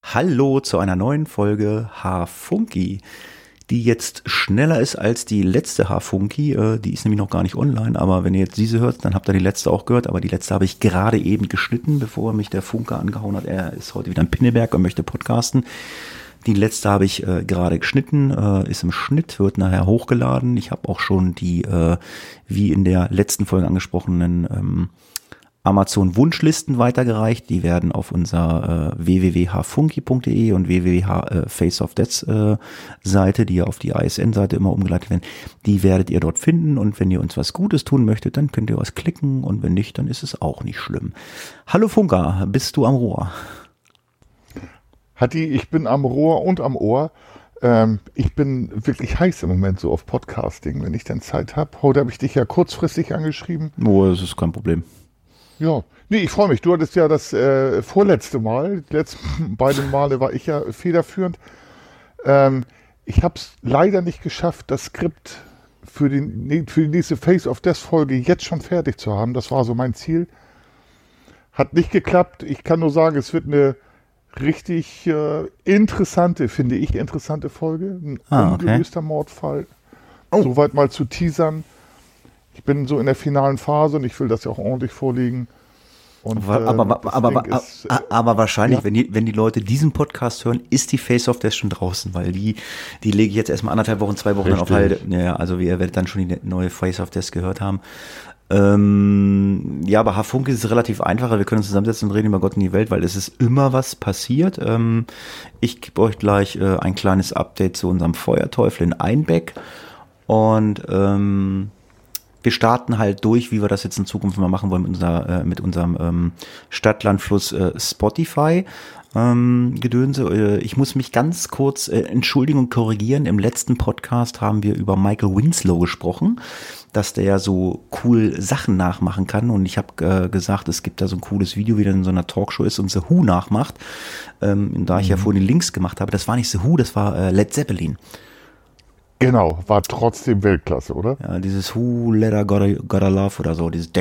Hallo zu einer neuen Folge Haarfunky, die jetzt schneller ist als die letzte Haarfunky. Die ist nämlich noch gar nicht online, aber wenn ihr jetzt diese hört, dann habt ihr die letzte auch gehört. Aber die letzte habe ich gerade eben geschnitten, bevor mich der Funker angehauen hat. Er ist heute wieder in Pinneberg und möchte podcasten. Die letzte habe ich gerade geschnitten, ist im Schnitt, wird nachher hochgeladen. Ich habe auch schon die, wie in der letzten Folge angesprochenen, Amazon-Wunschlisten weitergereicht. Die werden auf unserer www.hafunky.de und www.faceofdeath Seite, die ja auf die ISN-Seite immer umgeleitet werden, die werdet ihr dort finden. Und wenn ihr uns was Gutes tun möchtet, dann könnt ihr was klicken und wenn nicht, dann ist es auch nicht schlimm. Hallo Funker, bist du am Rohr? Hatti, ich bin am Rohr und am Ohr. Ich bin wirklich heiß im Moment so auf Podcasting, wenn ich dann Zeit habe. Heute habe ich dich ja kurzfristig angeschrieben. Oh, das ist kein Problem. Ja, nee, ich freue mich. Du hattest ja das vorletzte Mal, die letzten beiden Male war ich ja federführend. Ich habe es leider nicht geschafft, das Skript für die nächste Face of Death Folge jetzt schon fertig zu haben. Das war so mein Ziel. Hat nicht geklappt. Ich kann nur sagen, es wird eine richtig interessante, finde ich, interessante Folge. Ein ungelöster Mordfall. Soweit mal zu teasern. Ich bin so in der finalen Phase und ich will das ja auch ordentlich vorlegen. Und, aber wahrscheinlich, ja, wenn die Leute diesen Podcast hören, ist die Face of Death schon draußen, weil die lege ich jetzt erstmal 1,5 Wochen, 2 Wochen dann auf Halde. Ja, also ihr werdet dann schon die neue Face of Death gehört haben. Ja, aber Haarfunky ist relativ einfacher. Wir können uns zusammensetzen und reden über Gott und die Welt, weil es ist immer was passiert. Ich gebe euch gleich ein kleines Update zu unserem Feuerteufel in Einbeck und wir starten halt durch, wie wir das jetzt in Zukunft mal machen wollen mit unserem Stadtlandfluss Spotify. Gedönse. Ich muss mich ganz kurz entschuldigen und korrigieren. Im letzten Podcast haben wir über Michael Winslow gesprochen, dass der ja so cool Sachen nachmachen kann. Und ich habe gesagt, es gibt da so ein cooles Video, wie der in so einer Talkshow ist und The Who nachmacht. Da ich ja vorhin die Links gemacht habe, das war nicht The Who, das war Led Zeppelin. Genau, war trotzdem Weltklasse, oder? Ja, dieses Who Letter Gotta Love oder so, dieses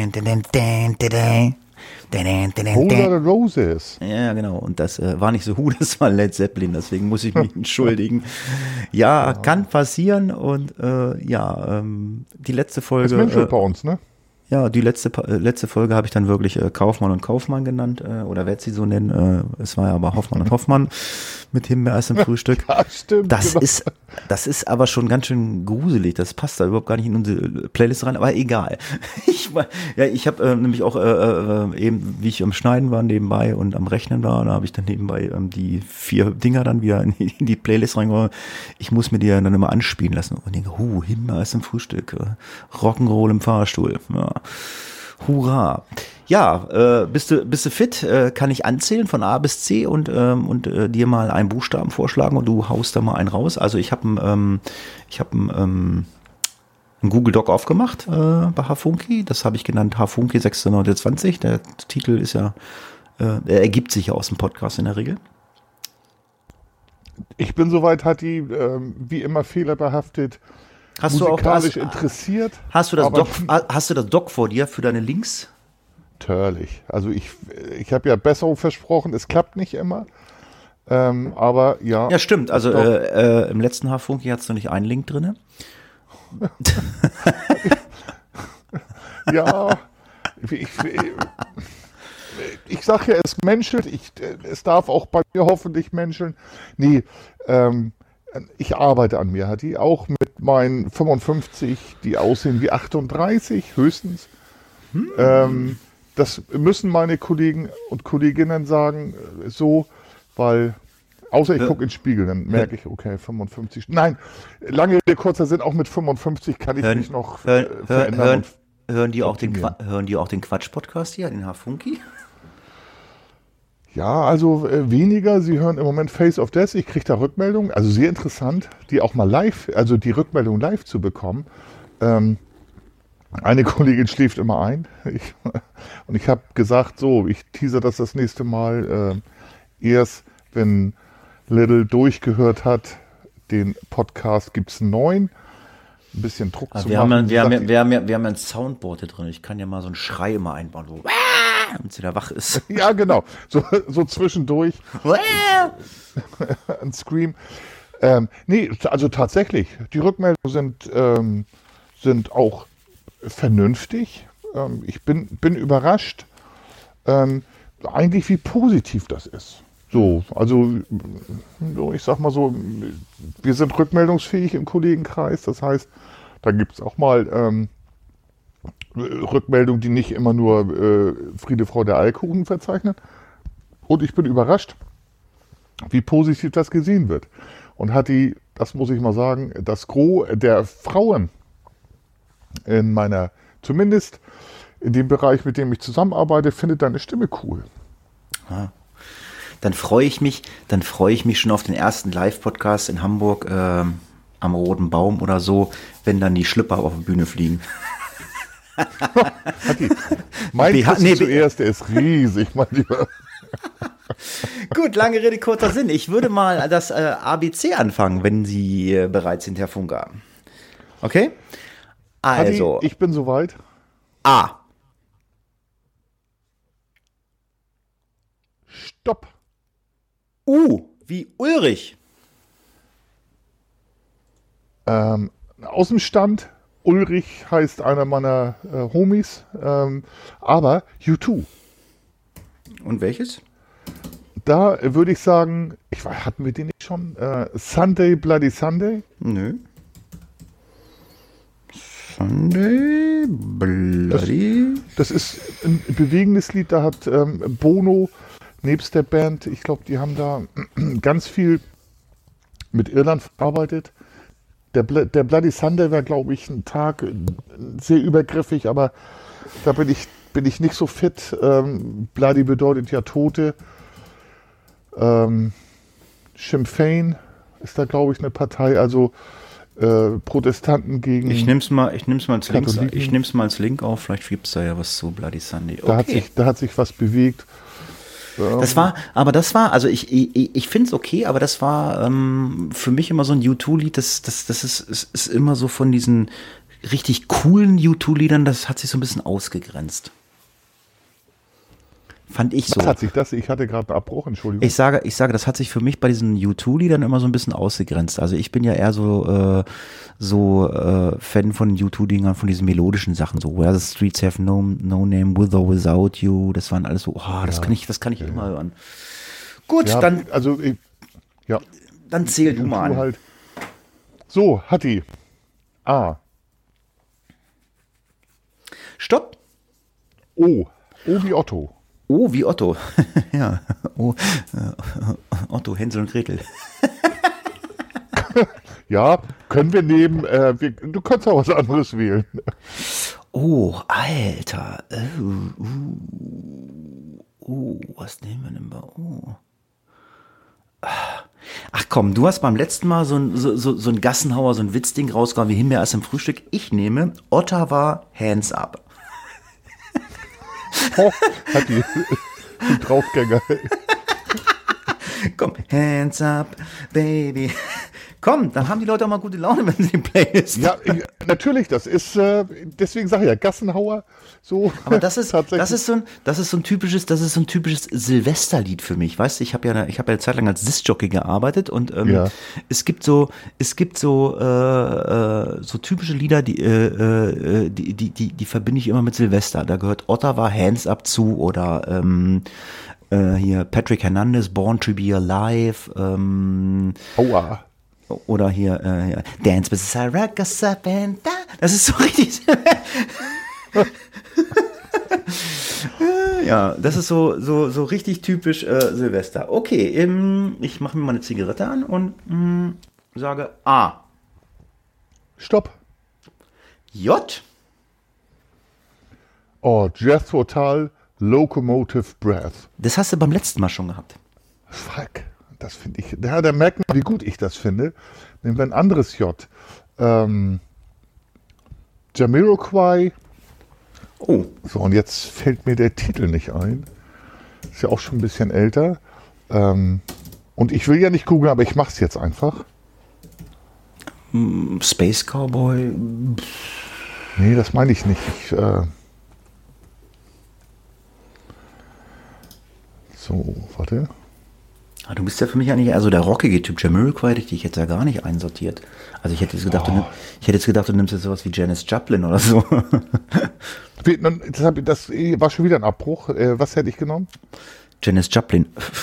Whole Lotta Roses. Ja, genau. Und das war nicht so Who, das war Led Zeppelin, deswegen muss ich mich entschuldigen. Ja, kann passieren und die letzte Folge. Das menschelt bei uns, ne? Ja, die letzte Folge habe ich dann wirklich Kaufmann und Kaufmann genannt oder werde sie so nennen. Es war ja aber Hoffmann und Hoffmann mit Himbeereis im Frühstück. Ja, stimmt. Das ist aber schon ganz schön gruselig. Das passt da überhaupt gar nicht in unsere Playlist rein, aber egal. Ich habe nämlich auch eben, wie ich am Schneiden war nebenbei und am Rechnen war, da habe ich dann nebenbei die 4 Dinger dann wieder in die Playlist reingeholt. Ich muss mir die dann immer anspielen lassen und denke, Himbeereis im Frühstück, Rock'n'Roll im Fahrstuhl, ja. Hurra. Ja, bist du fit? Kann ich anzählen von A bis C und dir mal einen Buchstaben vorschlagen und du haust da mal einen raus. Also ich habe einen Google Doc aufgemacht bei Hafunky. Das habe ich genannt Hafunky 629. Der Titel ist ja, er ergibt sich ja aus dem Podcast in der Regel. Ich bin soweit, Hatti, wie immer fehlerbehaftet. Hast musikalisch du auch interessiert. Hast du das Doc vor dir für deine Links? Natürlich. Also ich habe ja Besserung versprochen. Es klappt nicht immer. Aber ja. Ja, stimmt. Also im letzten Haarfunky hattest du nicht einen Link drin? Ja. Ich sage ja, es menschelt. Es darf auch bei mir hoffentlich menscheln. Nee, ich arbeite an mir, Hatti, auch mit meinen 55, die aussehen wie 38 höchstens. Das müssen meine Kollegen und Kolleginnen sagen, so, weil, außer ich gucke in den Spiegel, dann merke ich, okay, 55. Nein, lange Rede, kurzer Sinn, auch mit 55 kann ich mich noch verändern. Hören die auch den Quatsch-Podcast hier, den Hafunky? Ja, also weniger. Sie hören im Moment Face of Death. Ich kriege da Rückmeldungen, also sehr interessant, die auch mal live, also die Rückmeldung live zu bekommen. Eine Kollegin schläft immer ein. Und ich habe gesagt, so, ich teaser das nächste Mal erst, wenn Little durchgehört hat, den Podcast gibt es einen neuen. Ein bisschen Druck zu machen. Wir haben ja ein Soundboard hier drin. Ich kann ja mal so einen Schrei immer einbauen. So. wenn sie da wach ist. Ja, genau. So zwischendurch ein Scream. Nee, also tatsächlich, die Rückmeldungen sind auch vernünftig. Ich bin überrascht, eigentlich wie positiv das ist. So, also ich sag mal so, wir sind rückmeldungsfähig im Kollegenkreis. Das heißt, da gibt es auch mal Rückmeldungen, die nicht immer nur Friede, Freude, Eierkuchen verzeichnen. Und ich bin überrascht, wie positiv das gesehen wird. Und das muss ich mal sagen, das Gros der Frauen in zumindest in dem Bereich, mit dem ich zusammenarbeite, findet deine Stimme cool. Ja. Dann freue ich mich schon auf den ersten Live-Podcast in Hamburg am Roten Baum oder so, wenn dann die Schlüpper auf die Bühne fliegen. Mein zuerst, der ist riesig, mein Lieber. Gut, lange Rede, kurzer Sinn. Ich würde mal das ABC anfangen, wenn Sie bereit sind, Herr Funker. Okay? Also. Hadi, ich bin soweit. A. Stopp. Wie Ulrich. Aus dem Stand. Ulrich heißt einer meiner Homies. Aber U2. Und welches? Da würde ich sagen, hatten wir den nicht schon? Sunday Bloody Sunday? Nö. Sunday Bloody. Das ist ein bewegendes Lied. Da hat Bono nebst der Band, ich glaube, die haben da ganz viel mit Irland verarbeitet. Der Bloody Sunday war, glaube ich, ein Tag sehr übergriffig, aber da bin ich nicht so fit. Bloody bedeutet ja Tote. Sinn Féin ist da, glaube ich, eine Partei, also Protestanten gegen. Ich nehm's mal als Link auf, vielleicht gibt es da ja was zu Bloody Sunday. Okay. Da hat sich was bewegt. Also ich finde es okay, aber das war für mich immer so ein U2-Lied, das ist immer so von diesen richtig coolen U2-Liedern, das hat sich so ein bisschen ausgegrenzt. Fand ich so. Was hat sich das? Ich hatte gerade einen Abbruch, Entschuldigung. Ich sage, das hat sich für mich bei diesen U2-Liedern immer so ein bisschen ausgegrenzt. Also ich bin ja eher so Fan von U2-Dingern, von diesen melodischen Sachen, so Where the Streets Have No Name, With or Without You. Das waren alles so, das kann ich immer hören. Gut, ja, dann. Also, dann zähl du mal an. Halt. So, Hatti. A. Stopp. O. O wie Otto. Oh, wie Otto. Ja. Otto, Hänsel und Gretel. Ja, können wir nehmen. Du kannst auch was anderes wählen. Oh, Alter. Was nehmen wir denn bei Ach komm, du hast beim letzten Mal so ein Gassenhauer, so ein Witzding rausgehauen, wie Himbeer erst im Frühstück. Ich nehme Ottawa Hands Up. Oh, hat die Draufgänger. Komm, Hands Up, Baby. Komm, dann haben die Leute auch mal gute Laune, wenn sie den Playlist. Ja, natürlich, das ist, deswegen sage ich ja, Gassenhauer, so. Aber das ist so ein typisches Silvesterlied für mich, weißt du, ich habe ja eine Zeit lang als Discjockey gearbeitet und es gibt so typische Lieder, die verbinde ich immer mit Silvester. Da gehört Ottawa Hands Up zu oder hier Patrick Hernandez, Born to Be Alive. Aua. Oder hier Dance with Saracas up and down. Das ist so richtig. Ja, das ist so richtig typisch Silvester. Okay, ich mache mir mal eine Zigarette an und sage A. Stopp. J. Oh, Jethro Tull, Locomotive Breath. Das hast du beim letzten Mal schon gehabt. Fuck. Das finde ich, da merkt man, wie gut ich das finde. Nehmen wir ein anderes J. Jamiroquai. Oh. So, und jetzt fällt mir der Titel nicht ein. Ist ja auch schon ein bisschen älter. Und ich will ja nicht googeln, aber ich mache es jetzt einfach. Space Cowboy. Nee, das meine ich nicht. So, warte. Ah, du bist ja für mich eigentlich eher so der rockige Typ. Jamiroquai hätte ich jetzt ja gar nicht einsortiert. Also ich hätte jetzt gedacht, du nimmst jetzt sowas wie Janis Joplin oder so. Das war schon wieder ein Abbruch. Was hätte ich genommen? Janis Joplin.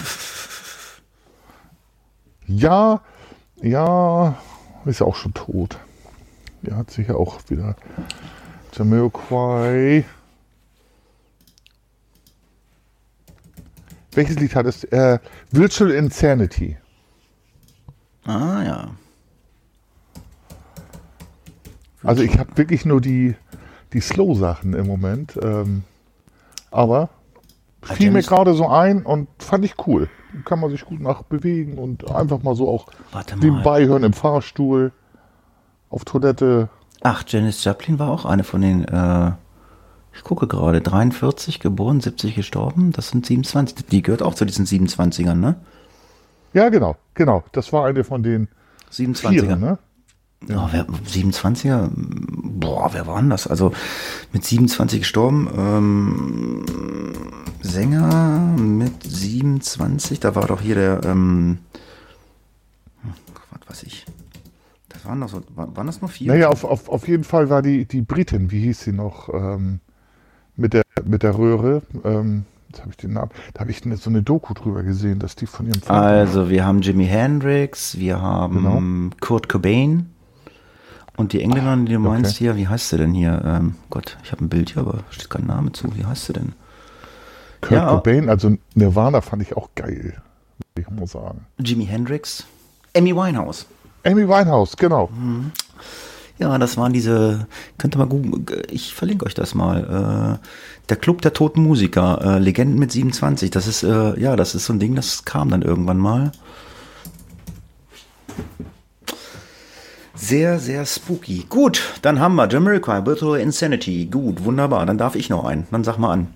Ja, ist ja auch schon tot. Der hat sich ja auch wieder Jamiroquai. Welches Lied hat es? Virtual Insanity. Ah, ja. Also ich habe wirklich nur die Slow-Sachen im Moment. Aber fiel mir gerade so ein und fand ich cool. Kann man sich gut nachbewegen und einfach mal so auch nebenbei hören im Fahrstuhl, auf Toilette. Ach, Janis Joplin war auch eine von den, ich gucke gerade, 43 geboren, 70 gestorben, das sind 27. Die gehört auch zu diesen 27ern, ne? Ja, genau. Das war eine von den 27er. Vieren, ne? Ja. Oh, 27er? Boah, wer war denn das? Also mit 27 gestorben, Sänger mit 27, da war doch hier der, was weiß ich. Das waren doch so, waren das nur 4? Naja, auf jeden Fall war die Britin, wie hieß sie noch, mit der Röhre, jetzt habe ich den Namen, da habe ich so eine Doku drüber gesehen, dass die von ihrem Vater. Also wir haben Jimi Hendrix, wir haben Kurt Cobain und die Engländerin, die du meinst hier, wie heißt sie denn hier? Gott, ich habe ein Bild hier, aber steht kein Name zu, wie heißt sie denn? Kurt Cobain, also Nirvana fand ich auch geil, ich muss sagen. Jimi Hendrix, Amy Winehouse. Amy Winehouse, genau. Ja, das waren diese, könnt ihr mal googeln, ich verlinke euch das mal. Der Club der toten Musiker, Legenden mit 27. Das ist, das ist so ein Ding, das kam dann irgendwann mal. Sehr, sehr spooky. Gut, dann haben wir Jamiroquai, Virtual Insanity. Gut, wunderbar. Dann darf ich noch einen. Dann sag mal an.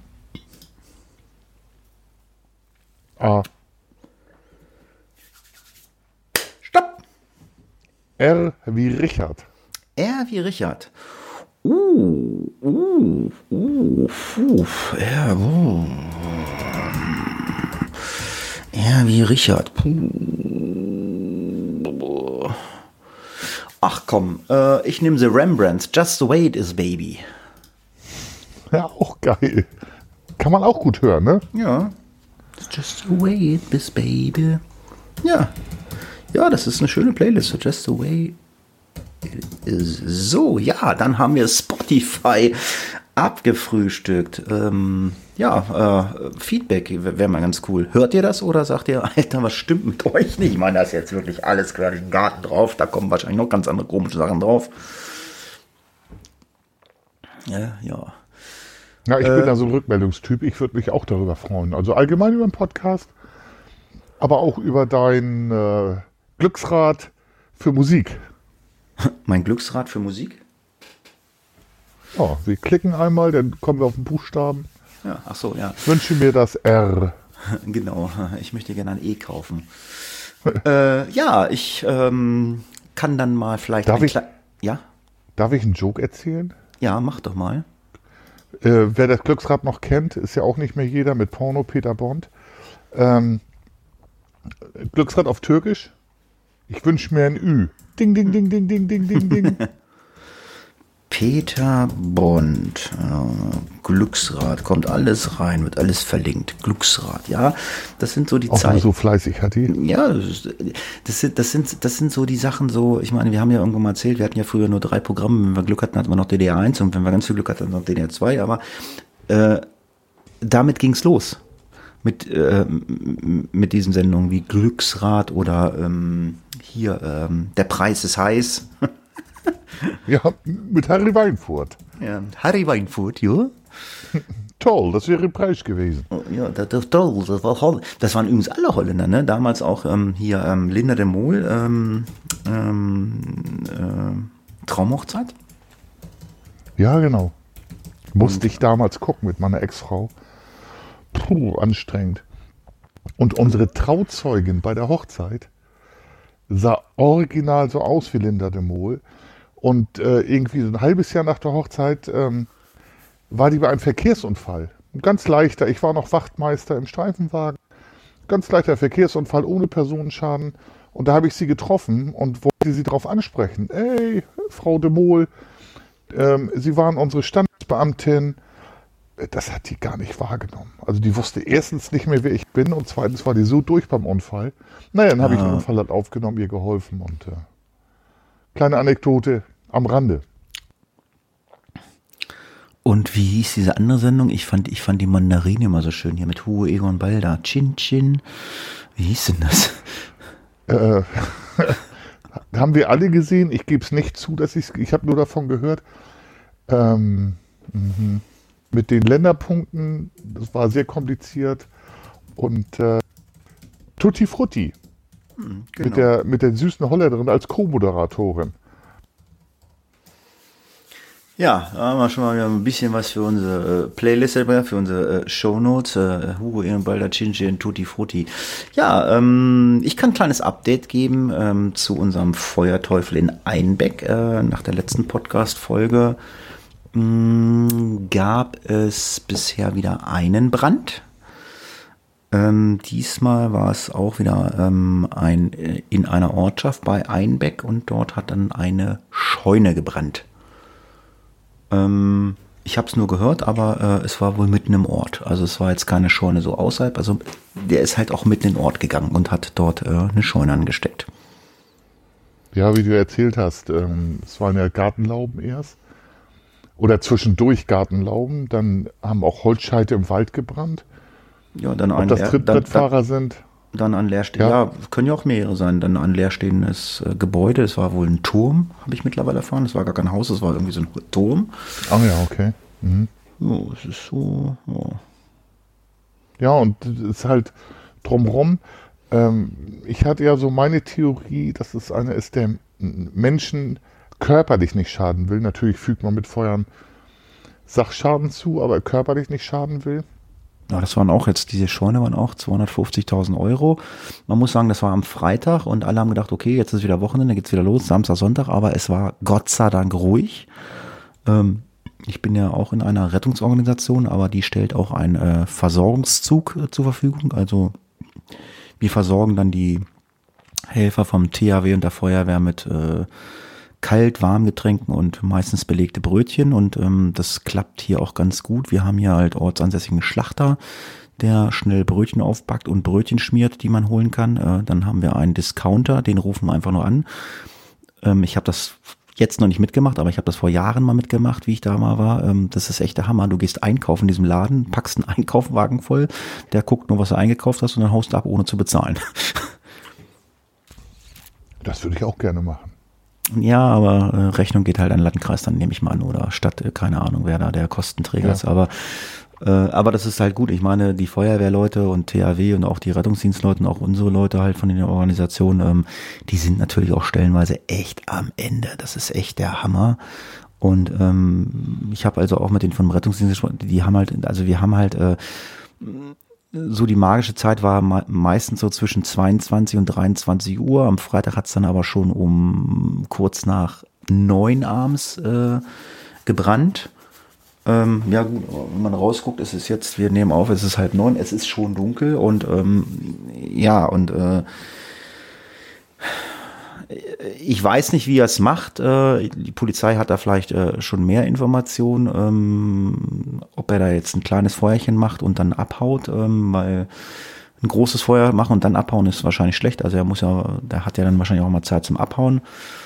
Stopp! R wie Richard. R wie Richard. R wie Richard. Ach komm, ich nehme The Rembrandts. Just the way it is, baby. Ja, auch geil. Kann man auch gut hören, ne? Ja. It's just the way it is, baby. Ja. Ja, das ist eine schöne Playlist. Just the way it is. So, ja, dann haben wir Spotify abgefrühstückt. Feedback wäre mal ganz cool. Hört ihr das oder sagt ihr, Alter, was stimmt mit euch nicht? Ich meine, da ist jetzt wirklich alles quer durch den Garten drauf. Da kommen wahrscheinlich noch ganz andere komische Sachen drauf. Ja. Ja, ich bin da so ein Rückmeldungstyp. Ich würde mich auch darüber freuen. Also allgemein über den Podcast, aber auch über dein Glücksrad für Musik. Mein Glücksrad für Musik? Ja, wir klicken einmal, dann kommen wir auf den Buchstaben. Ja, ach so, ja. Ich wünsche mir das R. Genau, ich möchte gerne ein E kaufen. Ich kann dann mal vielleicht... Darf ich einen Joke erzählen? Ja, mach doch mal. Wer das Glücksrad noch kennt, ist ja auch nicht mehr jeder mit Porno, Peter Bond. Glücksrad auf Türkisch. Ich wünsche mir ein Ü. Ding, ding, ding, ding, ding, ding, ding, ding. Peter Bond, Glücksrad, kommt alles rein, wird alles verlinkt. Glücksrad, ja, das sind so die Zeiten. Auch so fleißig hat die. Ja, das sind so die Sachen so, ich meine, wir haben ja irgendwann mal erzählt, wir hatten ja früher nur 3 Programme, wenn wir Glück hatten, hatten wir noch DDR 1 und wenn wir ganz viel Glück hatten, noch DDR 2, aber damit ging's los. Mit diesen Sendungen wie Glücksrad oder Der Preis ist heiß. Ja, mit Harry Weinfurt. Ja, Harry Weinfurt, ja. Toll, das wäre ein Preis gewesen. Ja, das ist toll. Das waren übrigens alle Holländer, ne? Damals auch Linda de Mol, Traumhochzeit. Ja, genau. Musste ich damals gucken mit meiner Ex-Frau. Puh, anstrengend. Und unsere Trauzeugin bei der Hochzeit sah original so aus wie Linda de Mol. Und irgendwie so ein halbes Jahr nach der Hochzeit war die bei einem Verkehrsunfall. Ein ganz leichter. Ich war noch Wachtmeister im Streifenwagen. ganz leichter Verkehrsunfall ohne Personenschaden. Und da habe ich sie getroffen und wollte sie darauf ansprechen. Ey, Frau de Mol, Sie waren unsere Standesbeamtin. Das hat die gar nicht wahrgenommen. Also die wusste erstens nicht mehr, wer ich bin, und zweitens war die so durch beim Unfall. Naja, dann habe ich den Unfall halt aufgenommen, ihr geholfen und kleine Anekdote am Rande. Und wie hieß diese andere Sendung? Ich fand die Mandarine immer so schön hier mit Hugo Egon Balder. Chin Chin. Wie hieß denn das? Haben wir alle gesehen. Ich gebe es nicht zu, dass ich habe nur davon gehört. Mit den Länderpunkten, das war sehr kompliziert. Und Tutti Frutti. Genau. Mit der süßen Holländerin als Co-Moderatorin. Ja, da haben wir schon mal wieder ein bisschen was für unsere Playlist, für unsere Shownotes. Hugo Ehrenbalder, Chinchi und Tutti Frutti. Ja, ich kann ein kleines Update geben zu unserem Feuerteufel in Einbeck. Nach der letzten Podcast-Folge gab es bisher wieder einen Brand. Diesmal war es auch wieder in einer Ortschaft bei Einbeck und dort hat dann eine Scheune gebrannt. Ich habe es nur gehört, aber es war wohl mitten im Ort. Also es war jetzt keine Scheune so außerhalb. Also der ist halt auch mitten in den Ort gegangen und hat dort eine Scheune angesteckt. Ja, wie du erzählt hast, es waren ja Gartenlauben erst. Oder zwischendurch Gartenlauben. Dann haben auch Holzscheite im Wald gebrannt. Ja, dann Ob das Trittbrettfahrer sind. Dann an leerstehenden, ja, können ja auch mehrere sein. Dann an leerstehendes Gebäude. Es war wohl ein Turm, habe ich mittlerweile erfahren. Es war gar kein Haus, es war irgendwie so ein Turm. Ah ja, okay. Mhm. Ja, es ist so. Ja, und es ist halt drumherum. Ich hatte ja so meine Theorie, dass es einer ist, der Menschen körperlich nicht schaden will. Natürlich fügt man mit Feuern Sachschaden zu, aber körperlich nicht schaden will. Ja, das waren auch jetzt, diese Scheune waren auch 250.000 Euro. Man muss sagen, das war am Freitag und alle haben gedacht, okay, jetzt ist wieder Wochenende, geht's wieder los, Samstag, Sonntag, aber es war Gott sei Dank ruhig. Ich bin ja auch in einer Rettungsorganisation, aber die stellt auch einen Versorgungszug zur Verfügung. Also wir versorgen dann die Helfer vom THW und der Feuerwehr mit Kalt-Warmgetränken und meistens belegte Brötchen und das klappt hier auch ganz gut. Wir haben hier halt ortsansässigen Schlachter, der schnell Brötchen aufpackt und Brötchen schmiert, die man holen kann. Dann haben wir einen Discounter, den rufen wir einfach nur an. Ich habe das jetzt noch nicht mitgemacht, aber ich habe das vor Jahren mal mitgemacht, wie ich da mal war. Das ist echt der Hammer. Du gehst einkaufen in diesem Laden, packst einen Einkaufswagen voll, der guckt nur, was du eingekauft hast und dann haust du ab, ohne zu bezahlen. Das würde ich auch gerne machen. Ja, aber Rechnung geht halt an den Landkreis, dann nehme ich mal an, oder Stadt, keine Ahnung, wer da der Kostenträger ist. Aber das ist halt gut. Ich meine, die Feuerwehrleute und THW und auch die Rettungsdienstleute und auch unsere Leute halt von den Organisationen, die sind natürlich auch stellenweise echt am Ende. Das ist echt der Hammer. Und ich habe also auch mit denen vom Rettungsdienst gesprochen, die haben halt, also wir haben halt so die magische Zeit war meistens so zwischen 22 und 23 Uhr. Am Freitag hat es dann aber schon um kurz nach 9 abends gebrannt. Ja gut, wenn man rausguckt, ist es jetzt, wir nehmen auf, es ist 8:30, es ist schon dunkel und ich weiß nicht, wie er es macht. Die Polizei hat da vielleicht schon mehr Informationen, ob er da jetzt ein kleines Feuerchen macht und dann abhaut, weil ein großes Feuer machen und dann abhauen ist wahrscheinlich schlecht. Also der hat ja dann wahrscheinlich auch mal Zeit zum Abhauen.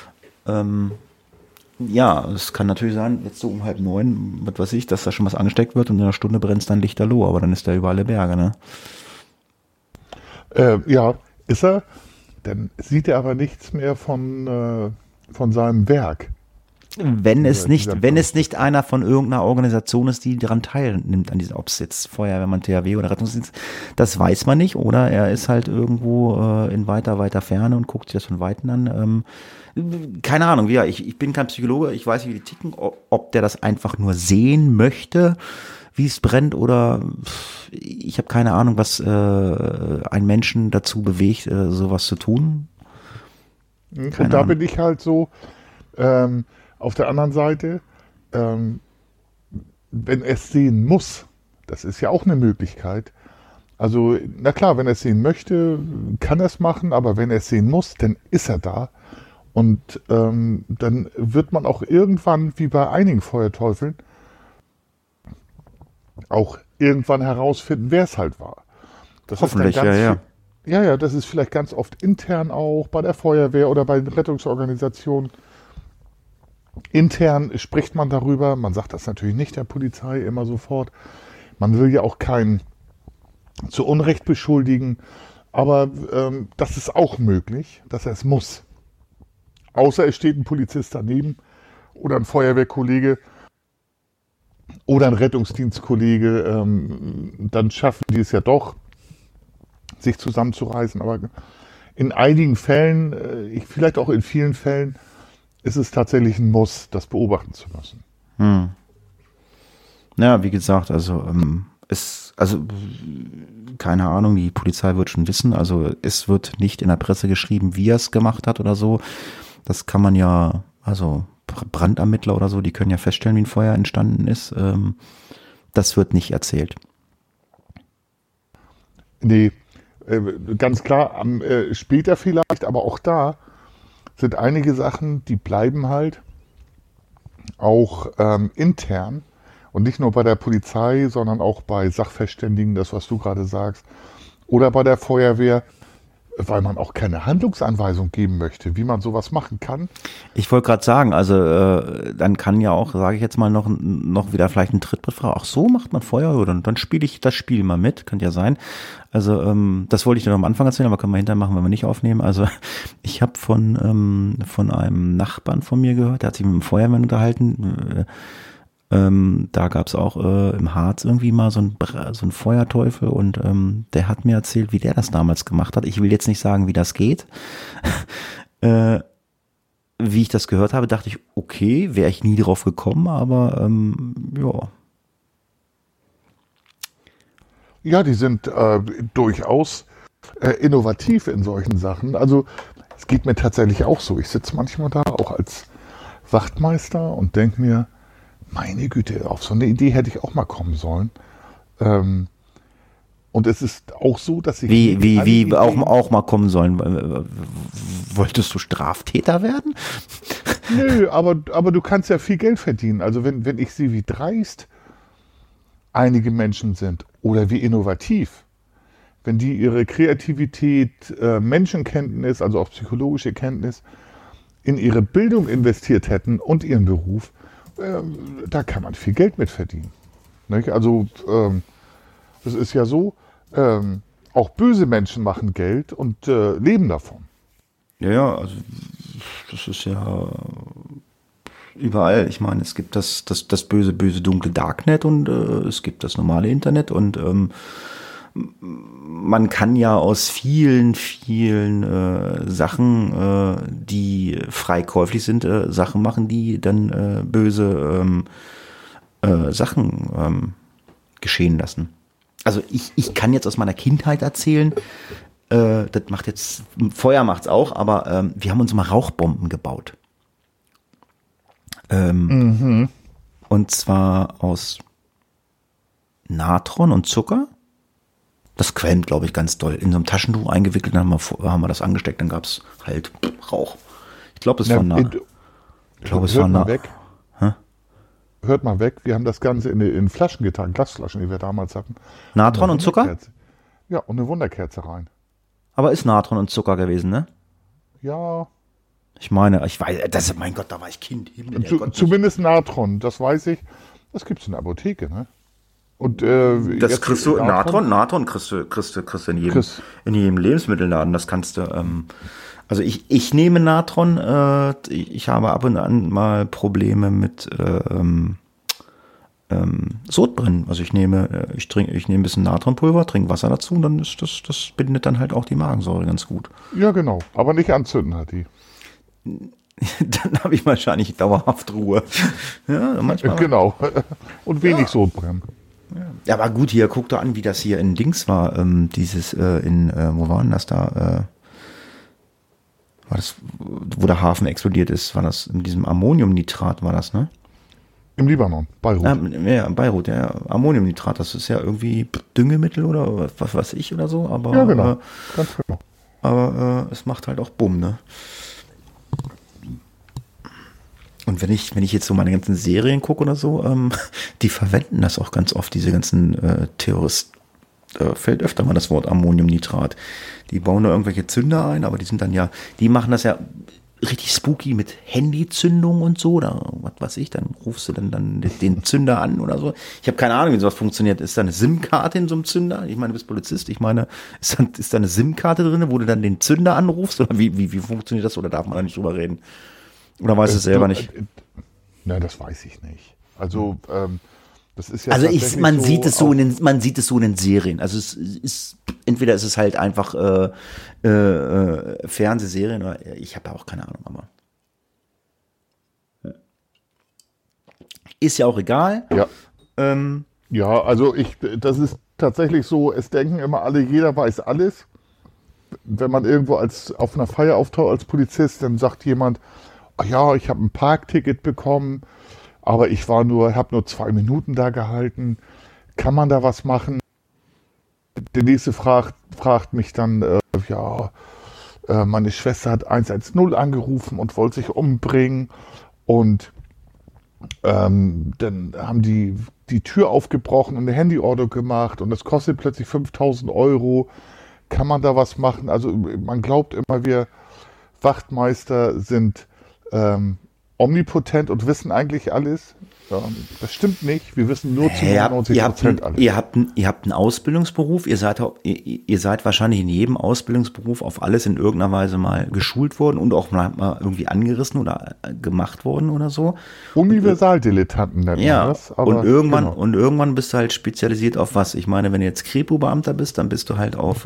Ja, es kann natürlich sein, jetzt so um 8:30, was weiß ich, dass da schon was angesteckt wird und in einer Stunde brennt es dann lichterloh, aber dann ist da über alle Berge, ne? Ja, ist er. Dann sieht er aber nichts mehr von seinem Werk. Wenn es nicht einer von irgendeiner Organisation ist, die daran teilnimmt, an diesem, ob es jetzt Feuerwehrmann, THW oder Rettungsdienst, das weiß man nicht. Oder er ist halt irgendwo in weiter Ferne und guckt sich das von Weitem an. Keine Ahnung, ja, ich bin kein Psychologe, ich weiß nicht, wie die ticken, ob der das einfach nur sehen möchte, wie es brennt, oder ich habe keine Ahnung, was einen Menschen dazu bewegt, sowas zu tun. Und da bin ich halt so, auf der anderen Seite, wenn er es sehen muss, das ist ja auch eine Möglichkeit. Also, na klar, wenn er es sehen möchte, kann er es machen, aber wenn er es sehen muss, dann ist er da. Und dann wird man auch irgendwann, wie bei einigen Feuerteufeln, auch irgendwann herausfinden, wer es halt war. Das Hoffentlich, ist dann ja. Ja, das ist vielleicht ganz oft intern auch bei der Feuerwehr oder bei den Rettungsorganisationen. Intern spricht man darüber, man sagt das natürlich nicht der Polizei immer sofort. Man will ja auch keinen zu Unrecht beschuldigen, aber das ist auch möglich, dass er es muss. Außer es steht ein Polizist daneben oder ein Feuerwehrkollege oder ein Rettungsdienstkollege, dann schaffen die es ja doch, sich zusammenzureißen. Aber in einigen Fällen, vielleicht auch in vielen Fällen, ist es tatsächlich ein Muss, das beobachten zu müssen. Ja, wie gesagt, also keine Ahnung, die Polizei wird schon wissen, also es wird nicht in der Presse geschrieben, wie er es gemacht hat oder so. Das kann man ja, also Brandermittler oder so, die können ja feststellen, wie ein Feuer entstanden ist. Das wird nicht erzählt. Nee, ganz klar, später vielleicht, aber auch da sind einige Sachen, die bleiben halt auch intern und nicht nur bei der Polizei, sondern auch bei Sachverständigen, das was du gerade sagst, oder bei der Feuerwehr, weil man auch keine Handlungsanweisung geben möchte, wie man sowas machen kann. Ich wollte gerade sagen, also dann kann ja auch, sage ich jetzt mal, noch wieder vielleicht ein Trittbrett fragen, ach so macht man Feuer, oder dann spiele ich das Spiel mal mit, könnte ja sein. Also das wollte ich noch am Anfang erzählen, aber können wir hinterher machen, wenn wir nicht aufnehmen. Also ich habe von einem Nachbarn von mir gehört, der hat sich mit einem Feuerwehrmann unterhalten. Da gab es auch im Harz irgendwie mal so ein Feuerteufel und der hat mir erzählt, wie der das damals gemacht hat. Ich will jetzt nicht sagen, wie das geht. Wie ich das gehört habe, dachte ich, okay, wäre ich nie drauf gekommen, aber ja. Ja, die sind durchaus innovativ in solchen Sachen. Also es geht mir tatsächlich auch so. Ich sitze manchmal da, auch als Wachtmeister und denke mir, meine Güte, auf so eine Idee hätte ich auch mal kommen sollen. Und es ist auch so, dass ich... Wie auch mal kommen sollen. Wolltest du Straftäter werden? Nö, aber du kannst ja viel Geld verdienen. Also wenn ich sehe, wie dreist einige Menschen sind oder wie innovativ, wenn die ihre Kreativität, Menschenkenntnis, also auch psychologische Kenntnis, in ihre Bildung investiert hätten und ihren Beruf, da kann man viel Geld mit verdienen. Nicht? Also es ist ja so, auch böse Menschen machen Geld und leben davon. Ja, also das ist ja überall. Ich meine, es gibt das böse, dunkle Darknet und es gibt das normale Internet und man kann ja aus vielen Sachen, die frei käuflich sind, Sachen machen, die dann böse Sachen geschehen lassen. Also ich kann jetzt aus meiner Kindheit erzählen, das macht jetzt, Feuer macht's auch, aber wir haben uns mal Rauchbomben gebaut. Und zwar aus Natron und Zucker. Das qualmt, glaube ich, ganz doll. In so einem Taschentuch eingewickelt, dann haben wir das angesteckt, dann gab es halt Rauch. Ich glaube, es war weg. Hört mal weg, wir haben das Ganze in Flaschen getan, Glasflaschen, die wir damals hatten. Natron und Zucker? Ja, und eine Wunderkerze rein. Aber ist Natron und Zucker gewesen, ne? Ja. Ich weiß, mein Gott, da war ich Kind. Zumindest Natron, das weiß ich. Das gibt es in der Apotheke, ne? Und das kriegst du, Natron kriegst du in jedem Lebensmittelladen. Das kannst du, also ich nehme Natron, ich habe ab und an mal Probleme mit Sodbrennen. Also ich nehme ein bisschen Natronpulver, trinke Wasser dazu und dann ist das bindet dann halt auch die Magensäure ganz gut. Ja, genau. Aber nicht anzünden hat die. Dann habe ich wahrscheinlich dauerhaft Ruhe. Ja, manchmal. Genau. Und wenig Sodbrennen. Ja, aber gut, hier, guck doch an, wie das hier in Dings war, wo war denn das da? War das, wo der Hafen explodiert ist, war das in diesem Ammoniumnitrat, war das, ne? Im Libanon, Beirut. Ja, Beirut, ja. Ammoniumnitrat, das ist ja irgendwie Düngemittel oder was weiß ich oder so, aber, Ja, genau. Ganz genau. Aber es macht halt auch Bumm, ne? Und wenn ich jetzt so meine ganzen Serien gucke oder so, die verwenden das auch ganz oft, diese ganzen Terroristen. Fällt öfter mal das Wort Ammoniumnitrat. Die bauen da irgendwelche Zünder ein, aber die sind dann ja, die machen das ja richtig spooky mit Handyzündung und so, oder was weiß ich, dann rufst du dann den Zünder an oder so. Ich habe keine Ahnung, wie sowas funktioniert. Ist da eine SIM-Karte in so einem Zünder? Ich meine, du bist Polizist, ich meine, ist da eine SIM-Karte drin, wo du dann den Zünder anrufst? Oder wie funktioniert das? Oder darf man da nicht drüber reden? Oder weiß es selber nicht? Nein, das weiß ich nicht. Also, das ist ja also man so sieht es so in den Serien. Also es ist entweder ist es halt einfach Fernsehserien oder ich habe ja auch keine Ahnung, aber ist ja auch egal. Ja. Ja, also das ist tatsächlich so, es denken immer alle, jeder weiß alles. Wenn man irgendwo auf einer Feier auftaucht als Polizist, dann sagt jemand, oh ja, ich habe ein Parkticket bekommen, aber ich habe nur 2 Minuten da gehalten. Kann man da was machen? Der nächste fragt mich dann, meine Schwester hat 110 angerufen und wollte sich umbringen. Und dann haben die Tür aufgebrochen und eine Handyordnung gemacht und das kostet plötzlich 5.000 Euro. Kann man da was machen? Also man glaubt immer, wir Wachtmeister sind omnipotent und wissen eigentlich alles. Das stimmt nicht. Wir wissen nur zu 99% alles. Ihr habt einen Ausbildungsberuf. Ihr seid wahrscheinlich in jedem Ausbildungsberuf auf alles in irgendeiner Weise mal geschult worden und auch mal irgendwie angerissen oder gemacht worden oder so. Universaldilettanten nennt man das. Aber und irgendwann bist du halt spezialisiert auf was. Ich meine, wenn du jetzt Kripo-Beamter bist, dann bist du halt auf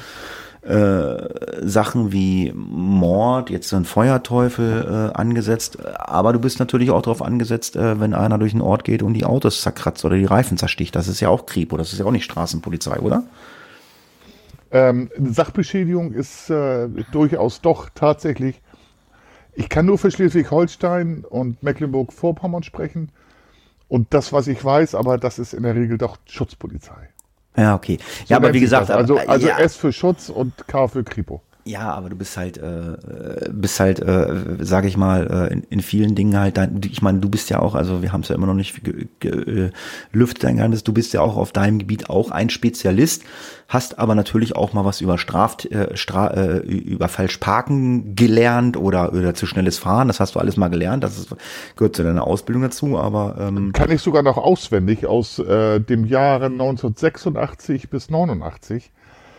Sachen wie Mord, jetzt so ein Feuerteufel angesetzt, aber du bist natürlich auch darauf angesetzt, wenn einer durch den Ort geht und die Autos zerkratzt oder die Reifen zersticht. Das ist ja auch Kripo, das ist ja auch nicht Straßenpolizei, oder? Sachbeschädigung ist durchaus doch tatsächlich, ich kann nur für Schleswig-Holstein und Mecklenburg-Vorpommern sprechen und das, was ich weiß, aber das ist in der Regel doch Schutzpolizei. Ja, okay. Ja, aber wie gesagt, also S für Schutz und K für Kripo. Ja, aber du bist halt, sage ich mal, in vielen Dingen halt, ich meine, du bist ja auch, also wir haben es ja immer noch nicht gelüftet, dein Geheimnis, du bist ja auch auf deinem Gebiet auch ein Spezialist, hast aber natürlich auch mal was über über Falschparken gelernt oder zu schnelles Fahren, das hast du alles mal gelernt, gehört zu deiner Ausbildung dazu, aber kann ich sogar noch auswendig aus dem Jahre 1986 bis 89.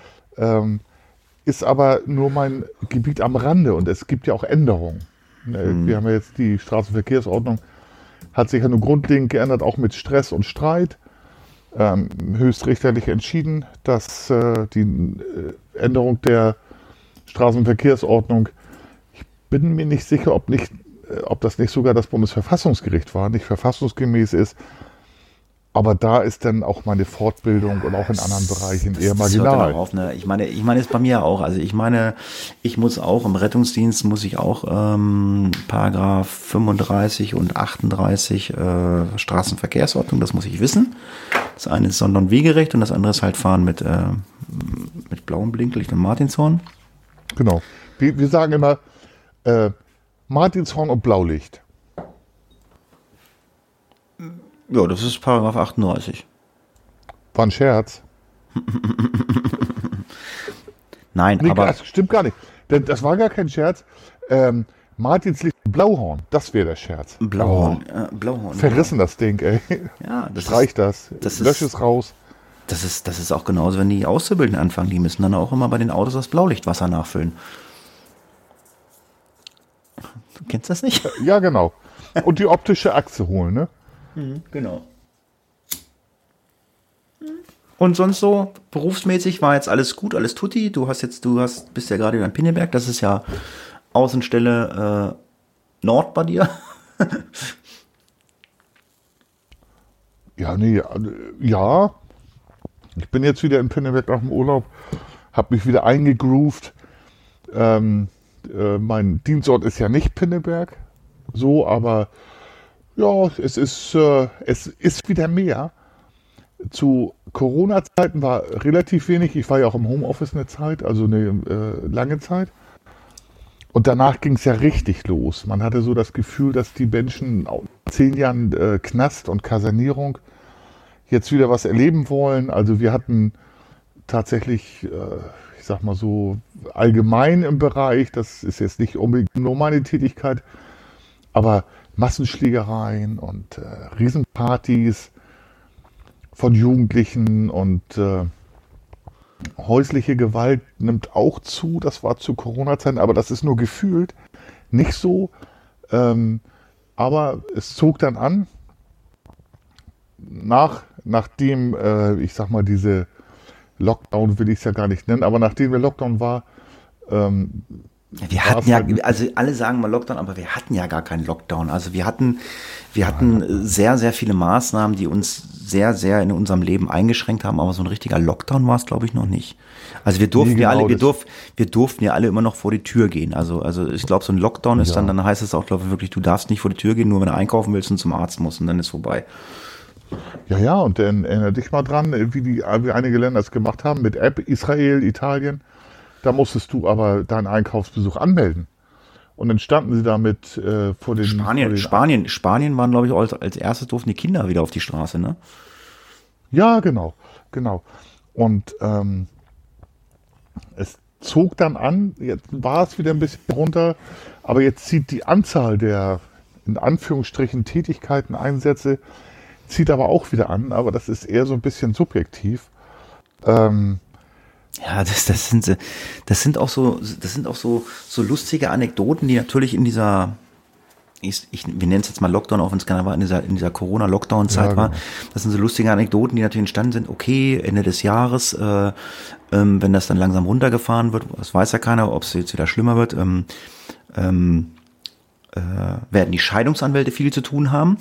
Ist aber nur mein Gebiet am Rande und es gibt ja auch Änderungen. Wir haben ja jetzt die Straßenverkehrsordnung, hat sich ja nur grundlegend geändert, auch mit Stress und Streit. Höchstrichterlich entschieden, dass die Änderung der Straßenverkehrsordnung, ich bin mir nicht sicher, ob das nicht sogar das Bundesverfassungsgericht war, nicht verfassungsgemäß ist. Aber da ist dann auch meine Fortbildung und auch in anderen Bereichen eher marginal. Auf, ne? Ich meine, ist bei mir auch. Also ich meine, ich muss auch im Rettungsdienst Paragraph 35 und 38 Straßenverkehrsordnung, das muss ich wissen. Das eine ist Sonder- und Wegerecht und das andere ist halt Fahren mit blauem Blinklicht und Martinshorn. Genau. Wir sagen immer Martinshorn und Blaulicht. Ja, das ist Paragraph 38. War ein Scherz. Nein, nee, aber... Das stimmt gar nicht. Denn das war gar kein Scherz. Martinslicht Blauhorn, das wäre der Scherz. Blauhorn. Verrissen das Ding, ey. Ja, Streich das. Lösch es raus. Das ist auch genauso, wenn die Auszubildenden anfangen. Die müssen dann auch immer bei den Autos das Blaulichtwasser nachfüllen. Du kennst das nicht? Ja, genau. Und die optische Achse holen, ne? Genau. Und sonst so, berufsmäßig war jetzt alles gut, alles tutti. Bist ja gerade wieder in Pinneberg, das ist ja Außenstelle Nord bei dir. Ja, ich bin jetzt wieder in Pinneberg nach dem Urlaub, habe mich wieder eingegroovt. Mein Dienstort ist ja nicht Pinneberg, so, aber Ja, es ist wieder mehr. Zu Corona-Zeiten war relativ wenig. Ich war ja auch im Homeoffice eine Zeit, also eine lange Zeit. Und danach ging es ja richtig los. Man hatte so das Gefühl, dass die Menschen nach 10 Jahren Knast und Kasernierung jetzt wieder was erleben wollen. Also wir hatten tatsächlich, ich sag mal so, allgemein im Bereich, das ist jetzt nicht unbedingt nur meine Tätigkeit, aber Massenschlägereien und Riesenpartys von Jugendlichen und häusliche Gewalt nimmt auch zu. Das war zu Corona-Zeiten, aber das ist nur gefühlt nicht so. Aber es zog dann an, nachdem, ich sag mal, diese Lockdown will ich es ja gar nicht nennen, aber nachdem der Lockdown war, Ja, wir hatten ja, also alle sagen mal Lockdown, aber wir hatten ja gar keinen Lockdown. Also wir hatten sehr, sehr viele Maßnahmen, die uns sehr, sehr in unserem Leben eingeschränkt haben, aber so ein richtiger Lockdown war es, glaube ich, noch nicht. Also wir durften wir durften ja alle immer noch vor die Tür gehen. Also ich glaube, so ein Lockdown ist dann heißt es auch, glaube ich, wirklich, du darfst nicht vor die Tür gehen, nur wenn du einkaufen willst und zum Arzt musst und dann ist vorbei. Ja, und dann erinnere dich mal dran, wie einige Länder es gemacht haben mit App, Israel, Italien. Da musstest du aber deinen Einkaufsbesuch anmelden. Und dann standen sie damit vor den... Spanien waren, glaube ich, als erstes durften die Kinder wieder auf die Straße, ne? Ja, genau. Und es zog dann an, jetzt war es wieder ein bisschen runter, aber jetzt zieht die Anzahl der, in Anführungsstrichen, Tätigkeiten, Einsätze, zieht aber auch wieder an, aber das ist eher so ein bisschen subjektiv. Ja, das sind auch so lustige Anekdoten, die natürlich in dieser, wir nennen es jetzt mal Lockdown, auch wenn es keiner war, in dieser Corona-Lockdown-Zeit war. Das sind so lustige Anekdoten, die natürlich entstanden sind. Okay, Ende des Jahres, wenn das dann langsam runtergefahren wird, das weiß ja keiner, ob es jetzt wieder schlimmer wird, werden die Scheidungsanwälte viel zu tun haben.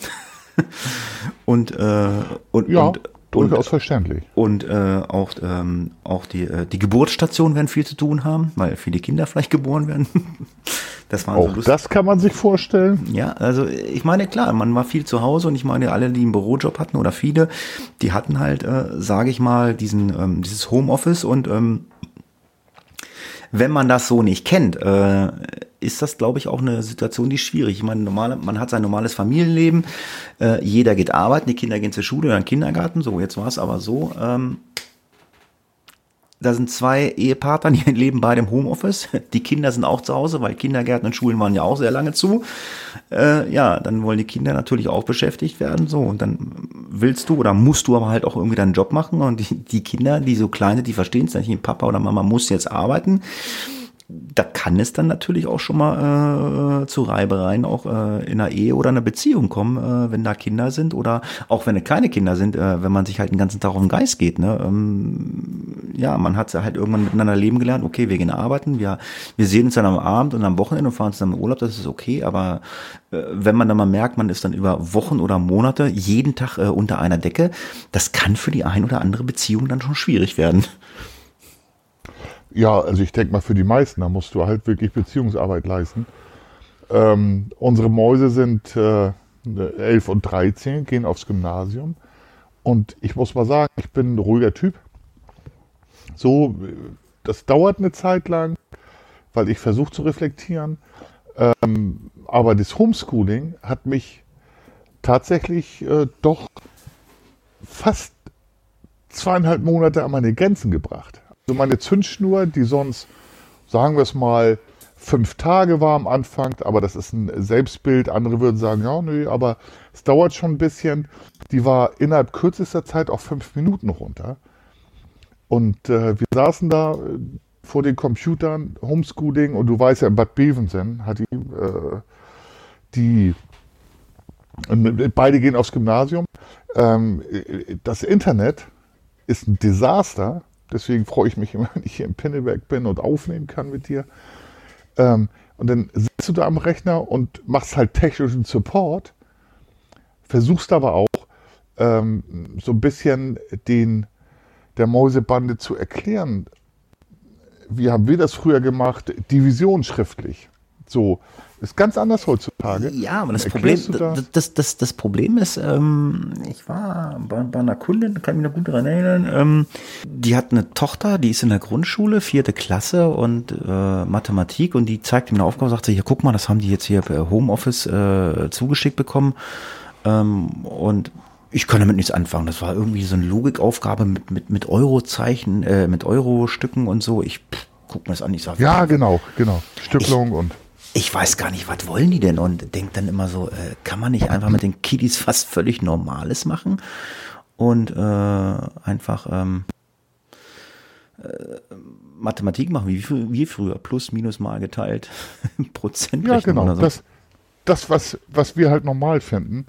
Durchaus verständlich. Und auch die Geburtsstationen werden viel zu tun haben, weil viele Kinder vielleicht geboren werden. Das kann man sich vorstellen. Ja, also ich meine, klar, man war viel zu Hause und ich meine, alle, die einen Bürojob hatten oder viele, die hatten halt, sage ich mal, dieses Homeoffice und wenn man das so nicht kennt, ist das, glaube ich, auch eine Situation, die ist schwierig. Ich meine, man hat sein normales Familienleben, jeder geht arbeiten, die Kinder gehen zur Schule oder in den Kindergarten, so, jetzt war es aber so, da sind 2 Ehepartner, die leben beide im Homeoffice. Die Kinder sind auch zu Hause, weil Kindergärten und Schulen waren ja auch sehr lange zu. Dann wollen die Kinder natürlich auch beschäftigt werden. So, und dann willst du oder musst du aber halt auch irgendwie deinen Job machen. Und die Kinder, die so kleine, die verstehen es nicht. Papa oder Mama muss jetzt arbeiten. Da kann es dann natürlich auch schon mal zu Reibereien auch in einer Ehe oder einer Beziehung kommen, wenn da Kinder sind oder auch wenn keine Kinder sind, wenn man sich halt den ganzen Tag auf den Geist geht. Ne? Man hat halt irgendwann miteinander leben gelernt, okay, wir gehen arbeiten, wir sehen uns dann am Abend und am Wochenende und fahren zusammen in Urlaub, das ist okay, aber wenn man dann mal merkt, man ist dann über Wochen oder Monate jeden Tag unter einer Decke, das kann für die ein oder andere Beziehung dann schon schwierig werden. Ja, also ich denke mal für die meisten, da musst du halt wirklich Beziehungsarbeit leisten. Unsere Mäuse sind 11 und 13, gehen aufs Gymnasium. Und ich muss mal sagen, ich bin ein ruhiger Typ. So, das dauert eine Zeit lang, weil ich versuche zu reflektieren. Aber das Homeschooling hat mich tatsächlich doch fast 2,5 Monate an meine Grenzen gebracht. Also meine Zündschnur, die sonst, sagen wir es mal, 5 Tage war am Anfang, aber das ist ein Selbstbild. Andere würden sagen, ja, nö, aber es dauert schon ein bisschen. Die war innerhalb kürzester Zeit auf 5 Minuten runter. Und wir saßen da vor den Computern, Homeschooling, und du weißt ja, in Bad Bevensen hat beide gehen aufs Gymnasium. Das Internet ist ein Desaster. Deswegen freue ich mich immer, wenn ich hier im Pinneberg bin und aufnehmen kann mit dir. Und dann sitzt du da am Rechner und machst halt technischen Support, versuchst aber auch so ein bisschen der Mäusebande zu erklären. Wie haben wir das früher gemacht? Division schriftlich. So, ist ganz anders heutzutage. Ja, aber das Erklärst Problem, du da? das Problem ist, ich war bei einer Kundin, kann ich mich noch gut daran erinnern, die hat eine Tochter, die ist in der Grundschule, 4. Klasse und Mathematik, und die zeigt ihm eine Aufgabe, sagt sie, hier, guck mal, das haben die jetzt hier per Homeoffice zugeschickt bekommen, und ich kann damit nichts anfangen. Das war irgendwie so eine Logikaufgabe mit Eurozeichen, mit Euro-Stücken und so. Guck mir das an, ich sage, Ja, genau. Stückelung und. ich weiß gar nicht, was wollen die denn? Und denkt dann immer so, kann man nicht einfach mit den Kiddies was völlig Normales machen? Und einfach Mathematik machen, wie früher, plus, minus, mal geteilt, Prozentrechnung Ja, genau. oder so. Das was wir halt normal finden.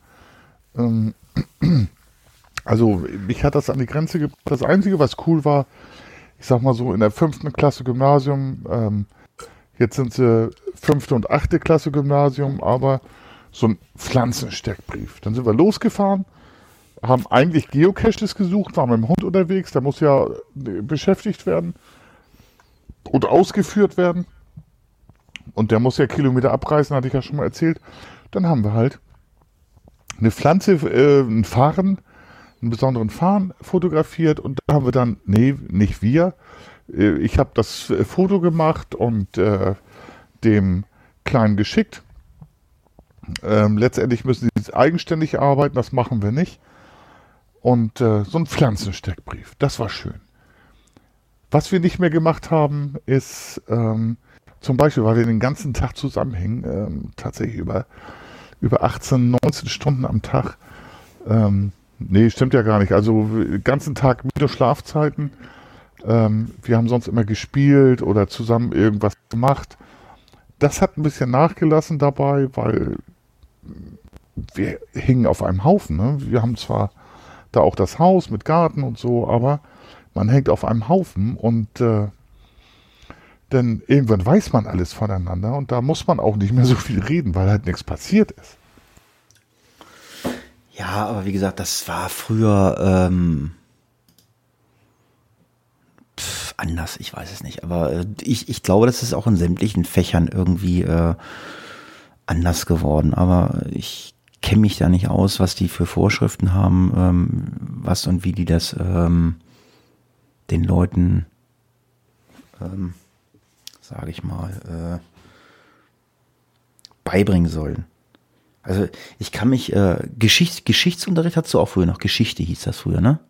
Also, mich hat das an die Grenze gebracht. Das Einzige, was cool war, ich sag mal so, in der 5. Klasse Gymnasium, jetzt sind sie 5. und 8. Klasse Gymnasium, aber so ein Pflanzensteckbrief. Dann sind wir losgefahren, haben eigentlich Geocaches gesucht, waren mit dem Hund unterwegs, der muss ja beschäftigt werden und ausgeführt werden. Und der muss ja Kilometer abreißen, hatte ich ja schon mal erzählt. Dann haben wir halt eine Pflanze, einen besonderen Farn fotografiert, und da haben wir dann, nee, nicht wir, ich habe das Foto gemacht und dem Kleinen geschickt. Letztendlich müssen sie eigenständig arbeiten, das machen wir nicht. Und so ein Pflanzensteckbrief, das war schön. Was wir nicht mehr gemacht haben, ist zum Beispiel, weil wir den ganzen Tag zusammenhängen, tatsächlich über 18, 19 Stunden am Tag. Nee, stimmt ja gar nicht. Also den ganzen Tag wieder Schlafzeiten. Wir haben sonst immer gespielt oder zusammen irgendwas gemacht. Das hat ein bisschen nachgelassen dabei, weil wir hingen auf einem Haufen. Ne? Wir haben zwar da auch das Haus mit Garten und so, aber man hängt auf einem Haufen, und denn irgendwann weiß man alles voneinander, und da muss man auch nicht mehr so viel reden, weil halt nichts passiert ist. Ja, aber wie gesagt, das war früher anders, ich weiß es nicht. Aber ich glaube, das ist auch in sämtlichen Fächern irgendwie anders geworden. Aber ich kenne mich da nicht aus, was die für Vorschriften haben, was und wie die das den Leuten, sage ich mal, beibringen sollen. Also ich kann mich, Geschichtsunterricht hattest du auch früher noch, Geschichte hieß das früher, ne?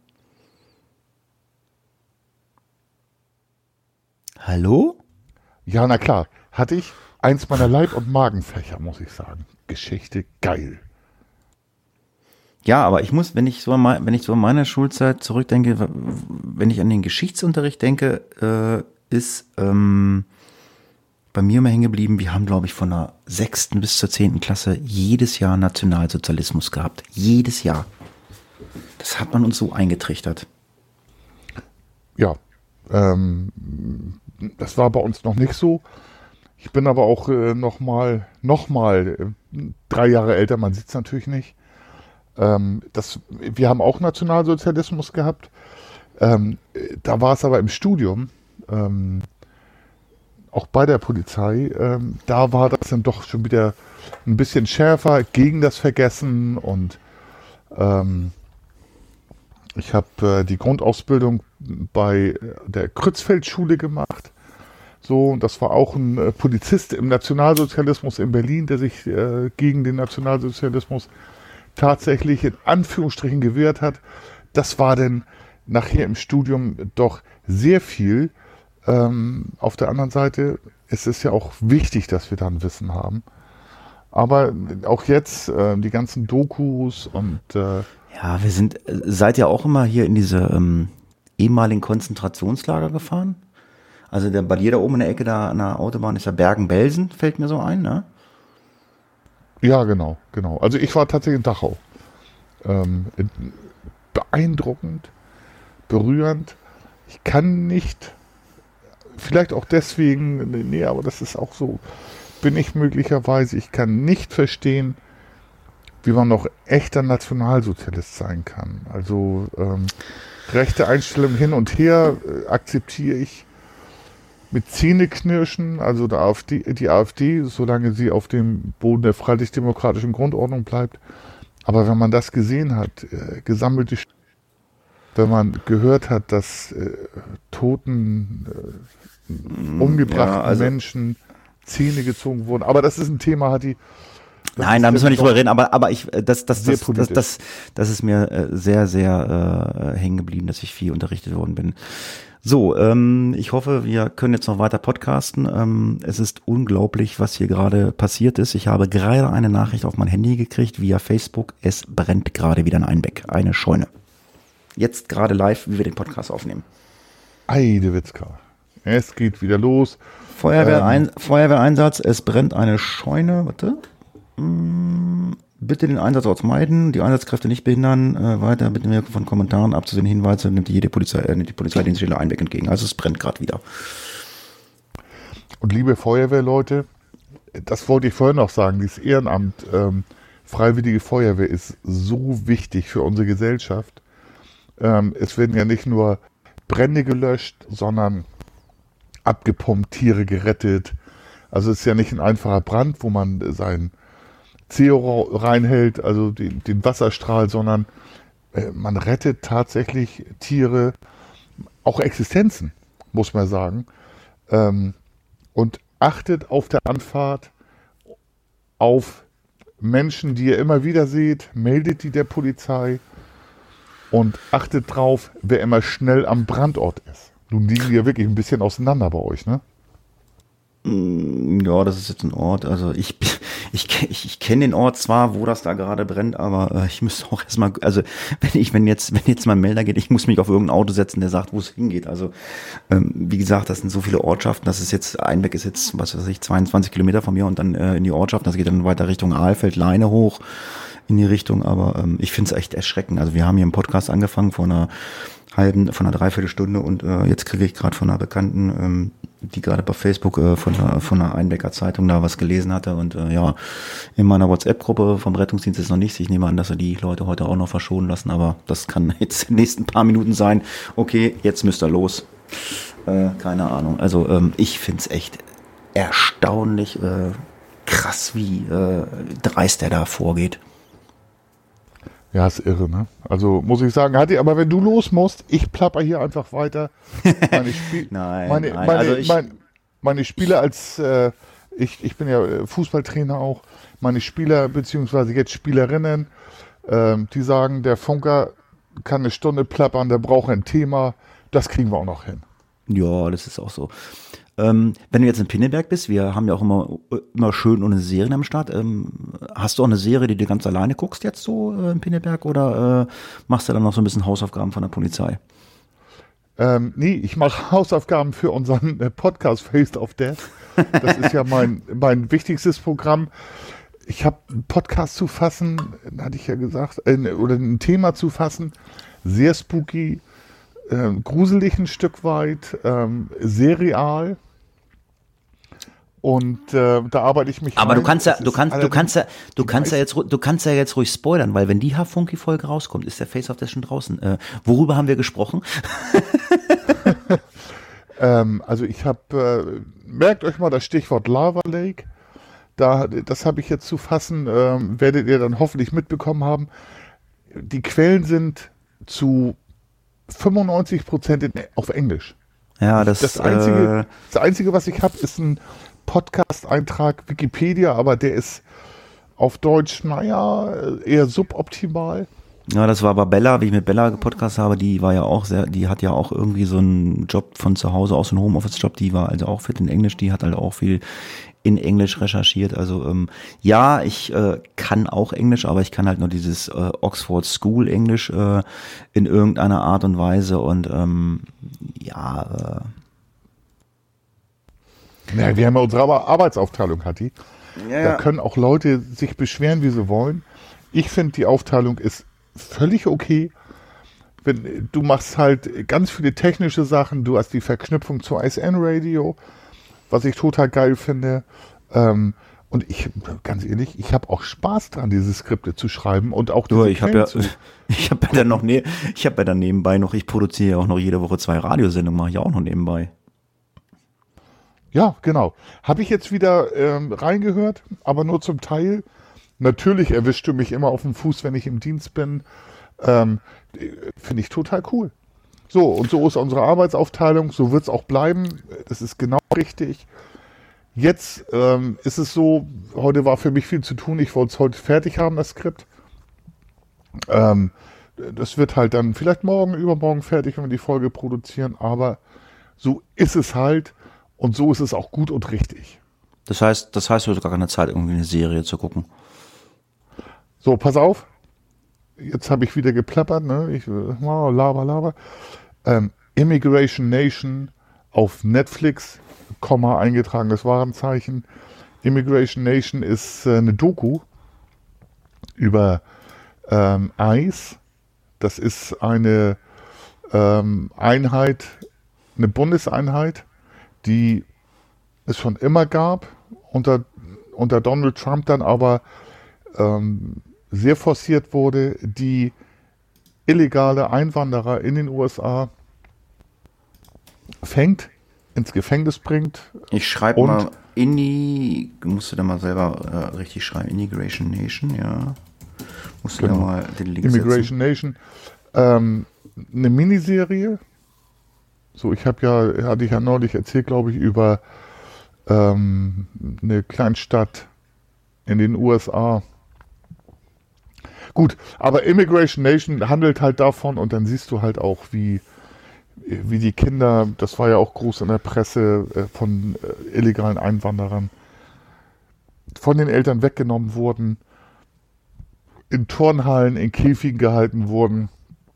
Hallo? Ja, na klar, hatte ich eins meiner Leib- und Magenfächer, muss ich sagen. Geschichte, geil. Ja, aber ich muss, wenn ich so an meine Schulzeit zurückdenke, wenn ich an den Geschichtsunterricht denke, ist bei mir immer hängen geblieben, wir haben, glaube ich, von der 6. bis zur 10. Klasse jedes Jahr Nationalsozialismus gehabt. Jedes Jahr. Das hat man uns so eingetrichtert. Ja, das war bei uns noch nicht so. Ich bin aber auch noch mal 3 Jahre älter, man sieht es natürlich nicht. Wir haben auch Nationalsozialismus gehabt. Da war es aber im Studium, auch bei der Polizei, da war das dann doch schon wieder ein bisschen schärfer gegen das Vergessen, und ich habe die Grundausbildung bei der Krützfeldschule gemacht. So, und das war auch ein Polizist im Nationalsozialismus in Berlin, der sich gegen den Nationalsozialismus tatsächlich in Anführungsstrichen gewehrt hat. Das war dann nachher im Studium doch sehr viel. Auf der anderen Seite ist es ja auch wichtig, dass wir da ein Wissen haben. Aber auch jetzt die ganzen Dokus und Ja, seid ihr auch immer hier in diese ehemaligen Konzentrationslager gefahren? Also bei dir da oben in der Ecke da an der Autobahn ist ja Bergen-Belsen, fällt mir so ein, ne? ja, genau. Also ich war tatsächlich in Dachau. Beeindruckend, berührend. Ich kann nicht, vielleicht auch deswegen, nee, aber das ist auch so, bin ich möglicherweise, ich kann nicht verstehen, wie man noch echter Nationalsozialist sein kann. Also rechte Einstellung hin und her akzeptiere ich. mit Zähneknirschen, also die AfD, solange sie auf dem Boden der freiheitlich-demokratischen Grundordnung bleibt. Aber wenn man das gesehen hat, gesammelte, wenn man gehört hat, dass toten, umgebrachten Menschen Zähne gezogen wurden, aber das ist ein Thema, Hatti. Nein, da müssen wir nicht drüber reden, aber das ist mir sehr, sehr hängen geblieben, dass ich viel unterrichtet worden bin. So, ich hoffe, wir können jetzt noch weiter podcasten. Es ist unglaublich, was hier gerade passiert ist. Ich habe gerade eine Nachricht auf mein Handy gekriegt via Facebook. Es brennt gerade wieder in Einbeck, eine Scheune. Jetzt gerade live, wie wir den Podcast aufnehmen. Eidewitzka. Es geht wieder los. Feuerwehreinsatz, es brennt eine Scheune. Warte. Bitte den Einsatzort meiden, die Einsatzkräfte nicht behindern, weiter mit Wirkung von Kommentaren abzusehen Hinweise nimmt die Polizeidienststelle Einbeck entgegen. Also es brennt gerade wieder. Und liebe Feuerwehrleute, das wollte ich vorhin noch sagen, dieses Ehrenamt, Freiwillige Feuerwehr ist so wichtig für unsere Gesellschaft. Es werden ja nicht nur Brände gelöscht, sondern abgepumpt, Tiere gerettet. Also es ist ja nicht ein einfacher Brand, wo man sein CO reinhält, also den Wasserstrahl, sondern man rettet tatsächlich Tiere, auch Existenzen, muss man sagen. Und achtet auf der Anfahrt auf Menschen, die ihr immer wieder seht, meldet die der Polizei und achtet drauf, wer immer schnell am Brandort ist. Nun liegen die ja wirklich ein bisschen auseinander bei euch, ne? Ja, das ist jetzt ein Ort, also ich kenne den Ort zwar, wo das da gerade brennt, aber ich müsste auch erstmal, also wenn jetzt mal ein Melder geht, ich muss mich auf irgendein Auto setzen, der sagt, wo es hingeht. Also wie gesagt, das sind so viele Ortschaften, das ist jetzt, Einbeck ist jetzt, was weiß ich, 22 Kilometer von mir und dann in die Ortschaft, das geht dann weiter Richtung Ahlfeld, Leine hoch in die Richtung, aber ich finde es echt erschreckend. Also wir haben hier einen Podcast angefangen von einer Dreiviertelstunde und jetzt kriege ich gerade von einer Bekannten, die gerade bei Facebook von einer Einbecker Zeitung da was gelesen hatte und ja, in meiner WhatsApp-Gruppe vom Rettungsdienst ist noch nichts. Ich nehme an, dass wir die Leute heute auch noch verschonen lassen, aber das kann jetzt in den nächsten paar Minuten sein. Okay, jetzt müsst ihr los. Keine Ahnung. Also ich finde es echt erstaunlich krass, wie dreist der da vorgeht. Ja, ist irre, ne? Also muss ich sagen, Hatti, aber wenn du los musst, ich plapper hier einfach weiter. Meine Spieler als, ich bin ja Fußballtrainer auch, meine Spieler beziehungsweise jetzt Spielerinnen, die sagen, der Funker kann eine Stunde plappern, der braucht ein Thema, das kriegen wir auch noch hin. Ja, das ist auch so. Wenn du jetzt in Pinneberg bist, wir haben ja auch immer schön eine Serien am Start. Hast du auch eine Serie, die du ganz alleine guckst jetzt so in Pinneberg oder machst du dann noch so ein bisschen Hausaufgaben von der Polizei? Nee, ich mache Hausaufgaben für unseren Podcast Face of Death. Das ist ja mein wichtigstes Programm. Ich habe einen Podcast zu fassen, hatte ich ja gesagt, oder ein Thema zu fassen. Sehr spooky, gruselig ein Stück weit, sehr real. Und da arbeite ich mich. Aber du kannst ja jetzt ruhig spoilern, weil wenn die H-Funky-Folge rauskommt, ist der Face of Death schon draußen. Worüber haben wir gesprochen? Also ich habe, merkt euch mal das Stichwort Lava Lake. Das habe ich jetzt zu fassen, werdet ihr dann hoffentlich mitbekommen haben. Die Quellen sind zu 95% auf Englisch. Ja, das Einzige, was ich habe, ist ein Podcast-Eintrag Wikipedia, aber der ist auf Deutsch, eher suboptimal. Ja, das war aber Bella, wie ich mit Bella Podcast habe, die war ja auch die hat ja auch irgendwie so einen Job von zu Hause aus, einen Homeoffice-Job, die war also auch fit in Englisch, die hat halt auch viel in Englisch recherchiert, also ja, ich kann auch Englisch, aber ich kann halt nur dieses Oxford School Englisch in irgendeiner Art und Weise und ja, wir haben ja unsere Arbeitsaufteilung, Hatti. Ja. Da können auch Leute sich beschweren, wie sie wollen. Ich finde, die Aufteilung ist völlig okay. Du machst halt ganz viele technische Sachen. Du hast die Verknüpfung zur ISN Radio, was ich total geil finde. Und ich, ganz ehrlich, ich habe auch Spaß dran, diese Skripte zu schreiben und auch diese ich habe ja dann nebenbei noch, ich produziere ja auch noch jede Woche 2 Radiosendungen, mache ich auch noch nebenbei. Ja, genau. Habe ich jetzt wieder reingehört, aber nur zum Teil. Natürlich erwischst du mich immer auf dem Fuß, wenn ich im Dienst bin. Ähm, Finde ich total cool. So, und so ist unsere Arbeitsaufteilung, so wird es auch bleiben. Das ist genau richtig. Jetzt ist es so, heute war für mich viel zu tun, ich wollte es heute fertig haben, das Skript. Ähm, Das wird halt dann vielleicht morgen, übermorgen fertig, wenn wir die Folge produzieren, aber so ist es halt und so ist es auch gut und richtig. Das heißt, du hast gar keine Zeit, irgendwie eine Serie zu gucken. So, pass auf, jetzt habe ich wieder geplappert, ne? Laber. Immigration Nation auf Netflix, Komma, eingetragenes Warenzeichen. Immigration Nation ist eine Doku über ICE. Das ist eine Einheit, eine Bundeseinheit, die es schon immer gab, unter Donald Trump dann aber sehr forciert wurde, die illegale Einwanderer in den USA fängt, ins Gefängnis bringt Ich schreibe und mal musst du da mal selber richtig schreiben, Immigration Nation, ja. Musst du da genau, mal den Link Immigration setzen. Nation, eine Miniserie. So, hatte ich ja neulich erzählt, glaube ich, über eine Kleinstadt in den USA. Gut, aber Immigration Nation handelt halt davon und dann siehst du halt auch, wie die Kinder, das war ja auch groß in der Presse, von illegalen Einwanderern von den Eltern weggenommen wurden, in Turnhallen, in Käfigen gehalten wurden.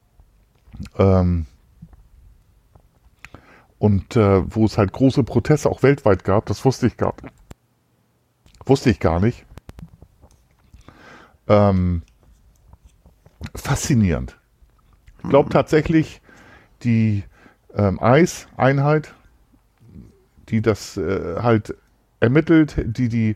Und wo es halt große Proteste auch weltweit gab, das wusste ich gar nicht. Faszinierend. Ich glaube tatsächlich, die ICE-Einheit, die das halt ermittelt, die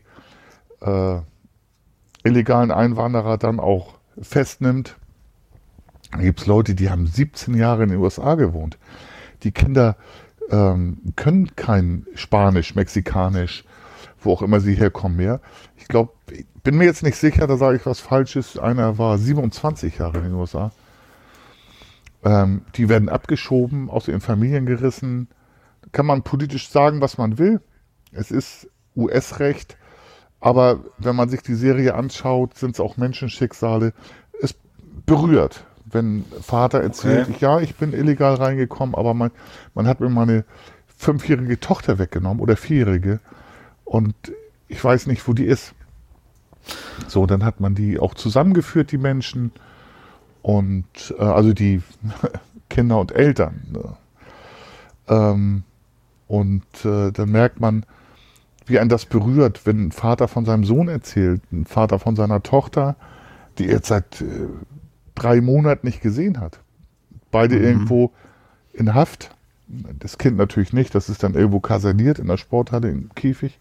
illegalen Einwanderer dann auch festnimmt. Da gibt es Leute, die haben 17 Jahre in den USA gewohnt. Die Kinder können kein Spanisch, Mexikanisch, wo auch immer sie herkommen mehr. Ich glaube, ich bin mir jetzt nicht sicher, da sage ich was Falsches. Einer war 27 Jahre in den USA. Die werden abgeschoben, aus ihren Familien gerissen. Kann man politisch sagen, was man will. Es ist US-Recht. Aber wenn man sich die Serie anschaut, sind es auch Menschenschicksale. Es berührt, wenn Vater erzählt, Okay. ja, ich bin illegal reingekommen, aber man hat mir meine 5-jährige Tochter weggenommen oder 4-jährige und ich weiß nicht, wo die ist. So, dann hat man die auch zusammengeführt, die Menschen und also die Kinder und Eltern. Ne? Dann merkt man, wie einen das berührt, wenn ein Vater von seinem Sohn erzählt, ein Vater von seiner Tochter, die er jetzt seit 3 Monaten nicht gesehen hat. Beide irgendwo in Haft. Das Kind natürlich nicht, das ist dann irgendwo kaserniert in der Sporthalle im Käfig.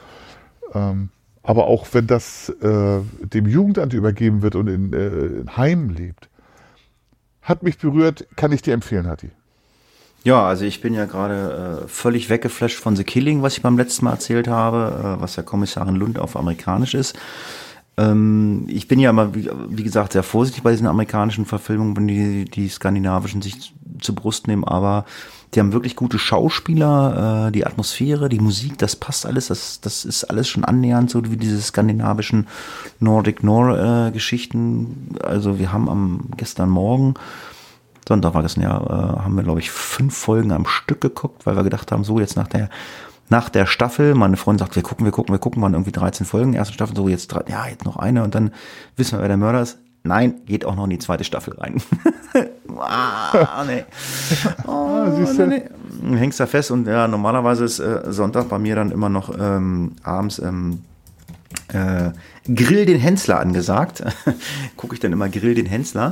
Aber auch wenn das dem Jugendamt übergeben wird und in Heimen lebt, hat mich berührt, kann ich dir empfehlen, Hatti. Ja, also ich bin ja gerade völlig weggeflasht von The Killing, was ich beim letzten Mal erzählt habe, was ja Kommissarin Lund auf amerikanisch ist. Ich bin ja immer, wie gesagt, sehr vorsichtig bei diesen amerikanischen Verfilmungen, wenn die skandinavischen sich zu Brust nehmen, aber die haben wirklich gute Schauspieler, die Atmosphäre, die Musik, das passt alles, das ist alles schon annähernd so wie diese skandinavischen Nordic Noir Geschichten. Also wir haben gestern Morgen, Sonntag war das ja, haben wir, glaube ich, 5 Folgen am Stück geguckt, weil wir gedacht haben, so jetzt nach der Staffel, meine Freundin sagt, wir gucken, waren irgendwie 13 Folgen, erste Staffel, so jetzt noch eine und dann wissen wir, wer der Mörder ist. Nein, geht auch noch in die zweite Staffel rein. Nee. Siehst du? Nee. Hängst da fest und ja, normalerweise ist Sonntag bei mir dann immer noch abends Grill den Hensler angesagt. Gucke ich dann immer Grill den Hensler.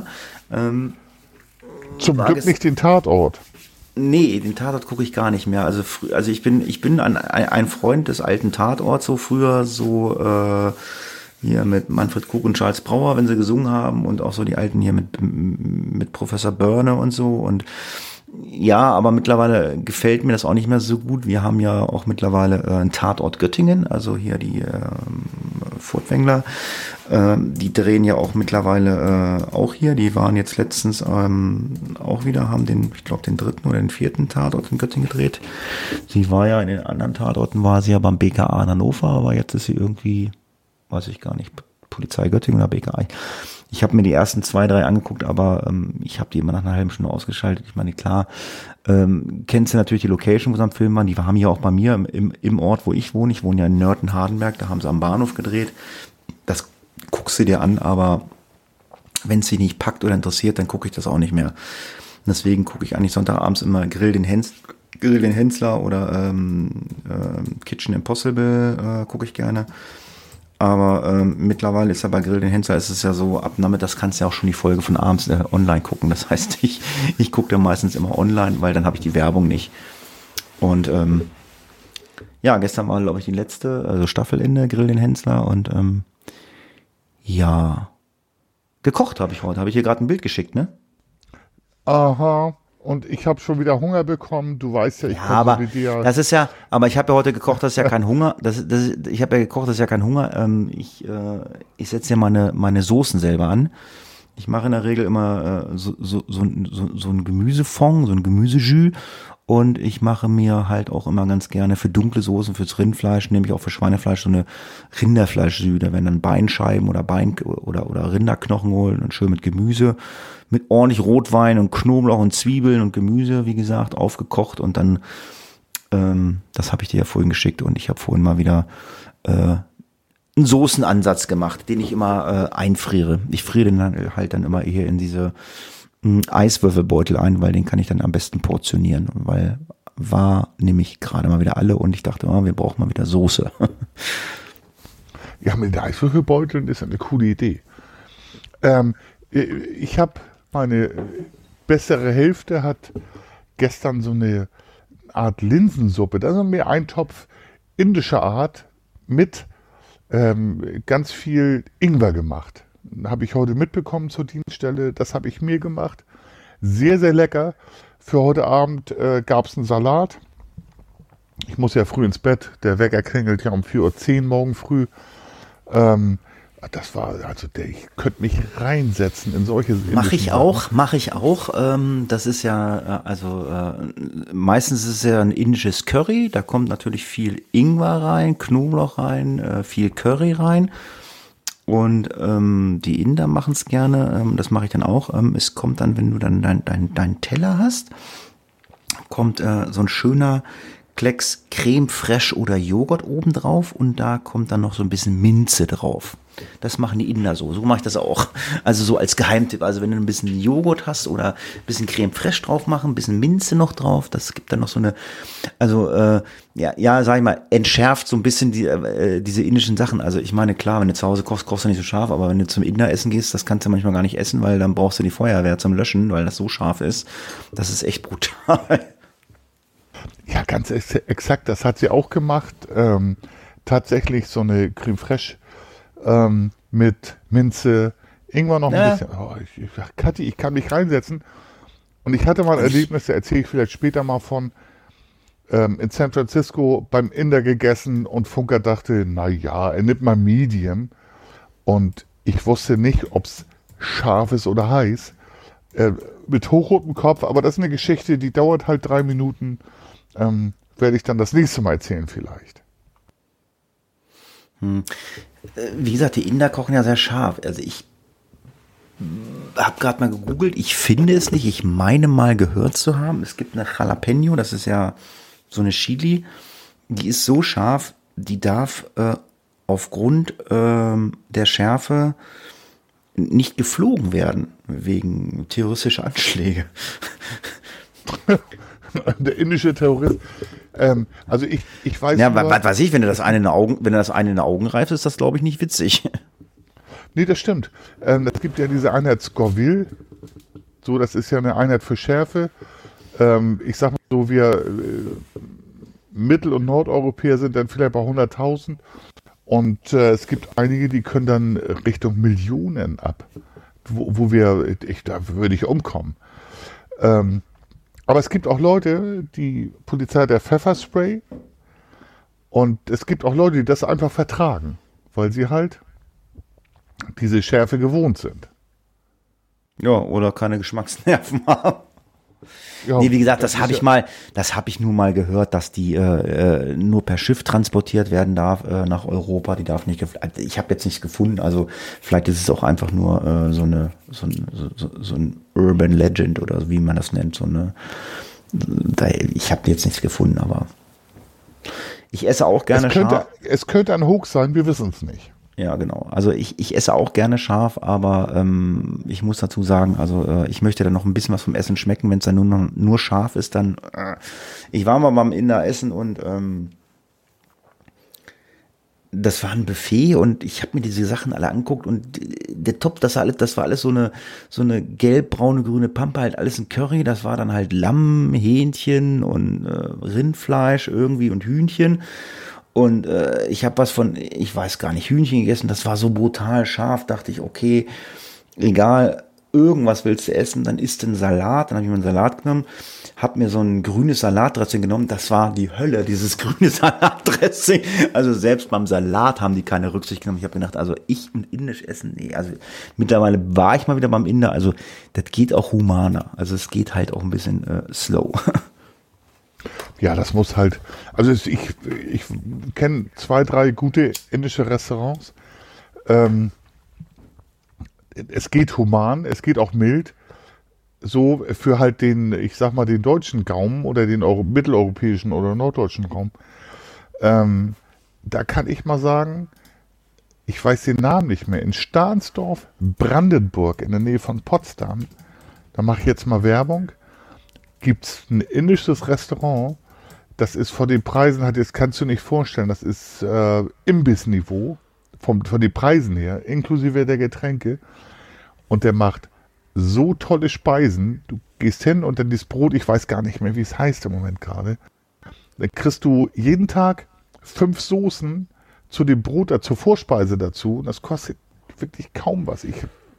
Zum Glück nicht den Tatort. Nee, den Tatort gucke ich gar nicht mehr. Also ich bin ein Freund des alten Tatorts, so früher so hier mit Manfred Krug und Charles Brauer, wenn sie gesungen haben und auch so die alten hier mit Professor Börne und so und Ja, aber mittlerweile gefällt mir das auch nicht mehr so gut. Wir haben ja auch mittlerweile einen Tatort Göttingen, also hier die Furtwängler. Die drehen ja auch mittlerweile auch hier. Die waren jetzt letztens auch wieder, haben ich glaube, den 3. oder den 4. Tatort in Göttingen gedreht. Sie war ja in den anderen Tatorten, war sie ja beim BKA in Hannover, aber jetzt ist sie irgendwie, weiß ich gar nicht, Polizei Göttingen oder BKA. Ich habe mir die ersten 2, 3 angeguckt, aber ich habe die immer nach einer halben Stunde ausgeschaltet. Ich meine, klar, kennst du natürlich die Location, wo sie am Film waren. Die haben hier auch bei mir im Ort, wo ich wohne. Ich wohne ja in Nörten-Hardenberg, da haben sie am Bahnhof gedreht. Das guckst du dir an, aber wenn es dich nicht packt oder interessiert, dann gucke ich das auch nicht mehr. Deswegen gucke ich eigentlich Sonntagabends immer Grill den Hensler oder Kitchen Impossible gucke ich gerne. Aber mittlerweile ist ja bei Grill den Hensler ist es ja so, ab Nachmittags kannst du ja auch schon die Folge von abends online gucken. Das heißt, ich gucke dann meistens immer online, weil dann habe ich die Werbung nicht. Und ja, gestern war, glaube ich, die letzte, also Staffelende Grill den Hensler und ja, gekocht habe ich heute. Habe ich hier gerade ein Bild geschickt, ne? Aha. Und ich habe schon wieder Hunger bekommen. Du weißt ja, ich konsolidiere. Das ist ja, aber ich habe ja heute gekocht, das ist ja kein Hunger. Ich habe ja gekocht, das ist ja kein Hunger. Ich setze ja meine Soßen selber an. Ich mache in der Regel immer so ein Gemüsefond, so ein Gemüsejus. Und ich mache mir halt auch immer ganz gerne für dunkle Soßen, fürs Rindfleisch, nämlich auch für Schweinefleisch, so eine Rinderfleischsüße. Da werden dann Beinscheiben oder oder Rinderknochen holen und schön mit Gemüse, mit ordentlich Rotwein und Knoblauch und Zwiebeln und Gemüse, wie gesagt, aufgekocht. Und dann, das habe ich dir ja vorhin geschickt und ich habe vorhin mal wieder einen Soßenansatz gemacht, den ich immer einfriere. Ich friere den halt dann immer hier in diese Eiswürfelbeutel ein, weil den kann ich dann am besten portionieren, weil war nämlich gerade mal wieder alle und ich dachte, wir brauchen mal wieder Soße. Ja, mit den Eiswürfelbeuteln ist eine coole Idee. Ich habe meine bessere Hälfte hat gestern so eine Art Linsensuppe, das ist mehr ein Topf indischer Art mit ganz viel Ingwer gemacht. Habe ich heute mitbekommen zur Dienststelle. Das habe ich mir gemacht. Sehr, sehr lecker. Für heute Abend gab es einen Salat. Ich muss ja früh ins Bett. Der Wecker klingelt ja um 4:10 Uhr morgen früh. Das war, also ich könnte mich reinsetzen in solche... Mache ich auch. Das ist ja, meistens ist es ja ein indisches Curry. Da kommt natürlich viel Ingwer rein, Knoblauch rein, viel Curry rein. Und die Inder machen es gerne, das mache ich dann auch. Es kommt dann, wenn du dann deinen Teller hast, kommt so ein schöner Klecks Creme Fraiche oder Joghurt oben drauf und da kommt dann noch so ein bisschen Minze drauf. Das machen die Inder so. So mache ich das auch. Also so als Geheimtipp. Also wenn du ein bisschen Joghurt hast oder ein bisschen Creme Fraiche drauf machen, ein bisschen Minze noch drauf, das gibt dann noch so eine, also sag ich mal, entschärft so ein bisschen diese indischen Sachen. Also ich meine, klar, wenn du zu Hause kochst, kochst du nicht so scharf, aber wenn du zum Inder essen gehst, das kannst du manchmal gar nicht essen, weil dann brauchst du die Feuerwehr zum Löschen, weil das so scharf ist. Das ist echt brutal. Ja, ganz exakt, das hat sie auch gemacht. Tatsächlich so eine Creme Fraiche mit Minze, irgendwann noch ein bisschen. Oh, Kathi, ich kann mich reinsetzen. Und ich hatte mal Erlebnisse, erzähle ich vielleicht später mal von, in San Francisco beim Inder gegessen und Funker dachte, naja, er nimmt mal Medium. Und ich wusste nicht, ob es scharf ist oder heiß. Mit hochrotem Kopf, aber das ist eine Geschichte, die dauert halt 3 Minuten. Werde ich dann das nächste Mal erzählen vielleicht. Wie gesagt, die Inder kochen ja sehr scharf. Also ich habe gerade mal gegoogelt, ich finde es nicht, ich meine mal gehört zu haben, es gibt eine Jalapeno, das ist ja so eine Chili, die ist so scharf, die darf aufgrund der Schärfe nicht geflogen werden, wegen terroristischer Anschläge. Der indische Terrorist. Also ich weiß ja, was weiß ich, wenn du das eine in den Augen reifst, ist das, glaube ich, nicht witzig. Nee, das stimmt. Es gibt ja diese Einheit Scoville. So, das ist ja eine Einheit für Schärfe. Ich sag mal so, wir Mittel- und Nordeuropäer sind dann vielleicht bei 100.000. Und es gibt einige, die können dann Richtung Millionen ab. Da würde ich umkommen. Aber es gibt auch Leute, die Polizei hat ja Pfefferspray und es gibt auch Leute, die das einfach vertragen, weil sie halt diese Schärfe gewohnt sind. Ja, oder keine Geschmacksnerven haben. Ja, Nee, wie gesagt, das ist habe ich nur mal gehört, dass die nur per Schiff transportiert werden darf nach Europa. Die darf nicht, also ich habe jetzt nichts gefunden. Also vielleicht ist es auch einfach nur so ein Urban Legend oder wie man das nennt. Ich habe jetzt nichts gefunden, aber ich esse auch gerne scharf. Es könnte ein Hoax sein, wir wissen es nicht. Ja, genau. Also ich esse auch gerne scharf, aber ich muss dazu sagen, also ich möchte dann noch ein bisschen was vom Essen schmecken. Wenn es dann nur scharf ist, dann ich war mal beim Inder essen und das war ein Buffet und ich habe mir diese Sachen alle angeguckt und der Top, das war alles so eine gelb-braune, grüne Pampe, halt alles ein Curry. Das war dann halt Lamm, Hähnchen und Rindfleisch irgendwie und Hühnchen. Und ich habe ich weiß gar nicht, Hühnchen gegessen, das war so brutal scharf, dachte ich, okay, egal, irgendwas willst du essen, dann isst du einen Salat, dann habe ich mir einen Salat genommen, habe mir so ein grünes Salatdressing genommen, das war die Hölle, dieses grüne Salatdressing, also selbst beim Salat haben die keine Rücksicht genommen, ich habe gedacht, also ich und indisch essen, nee, also mittlerweile war ich mal wieder beim Inder, also das geht auch humaner, also es geht halt auch ein bisschen slow. Ja, das muss halt, also ich kenne 2, 3 gute indische Restaurants. Es geht human, es geht auch mild. So für halt ich sag mal, den deutschen Gaumen oder den mitteleuropäischen oder norddeutschen Raum. Da kann ich mal sagen, ich weiß den Namen nicht mehr, in Stahnsdorf, Brandenburg, in der Nähe von Potsdam, da mache ich jetzt mal Werbung, gibt es ein indisches Restaurant. Das ist von den Preisen, das kannst du nicht vorstellen, das ist Imbissniveau, von den Preisen her, inklusive der Getränke. Und der macht so tolle Speisen. Du gehst hin und dann dieses Brot, ich weiß gar nicht mehr, wie es heißt im Moment gerade. Dann kriegst du jeden Tag 5 Soßen zu dem Brot, zur Vorspeise dazu. Und das kostet wirklich kaum was.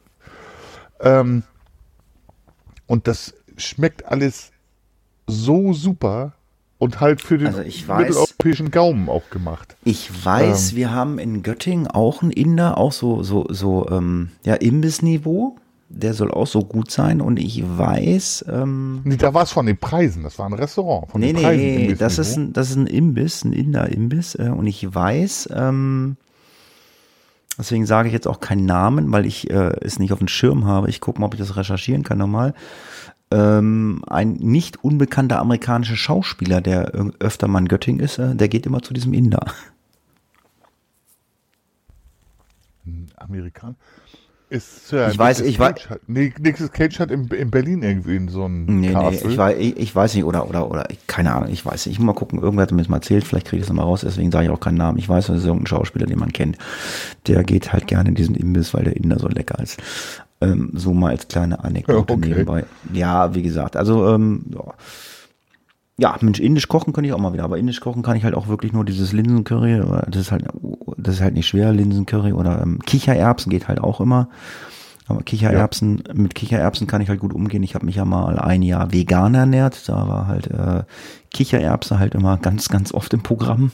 Und das schmeckt alles so super. Und halt für den mitteleuropäischen Gaumen auch gemacht. Ich weiß, wir haben in Göttingen auch einen Inder, auch so Imbissniveau. Der soll auch so gut sein. Und ich weiß. Nee, da war es von den Preisen. Das war ein Restaurant. Von den Preisen nee, das ist ein Imbiss, ein Inder-Imbiss. Und ich weiß, deswegen sage ich jetzt auch keinen Namen, weil ich es nicht auf dem Schirm habe. Ich gucke mal, ob ich das recherchieren kann nochmal. Ein nicht unbekannter amerikanischer Schauspieler, der öfter mal in Göttingen ist, der geht immer zu diesem Inder. Amerikaner? Ich weiß. Nicolas Cage hat in Berlin irgendwie in so einem Castle. Ich weiß nicht, oder, keine Ahnung, ich weiß nicht. Ich muss mal gucken, irgendwer hat mir das mal erzählt, vielleicht kriege ich das nochmal raus, deswegen sage ich auch keinen Namen. Ich weiß, das ist irgendein Schauspieler, den man kennt. Der geht halt gerne in diesen Imbiss, weil der Inder so lecker ist. So mal als kleine Anekdote nebenbei. Ja, wie gesagt, also ja, Mensch, indisch kochen könnte ich auch mal wieder, aber indisch kochen kann ich halt auch wirklich nur dieses Linsencurry, das ist halt nicht schwer, Linsencurry oder Kichererbsen geht halt auch immer. Aber mit Kichererbsen kann ich halt gut umgehen. Ich habe mich ja mal ein Jahr vegan ernährt, da war halt Kichererbsen halt immer ganz, ganz oft im Programm.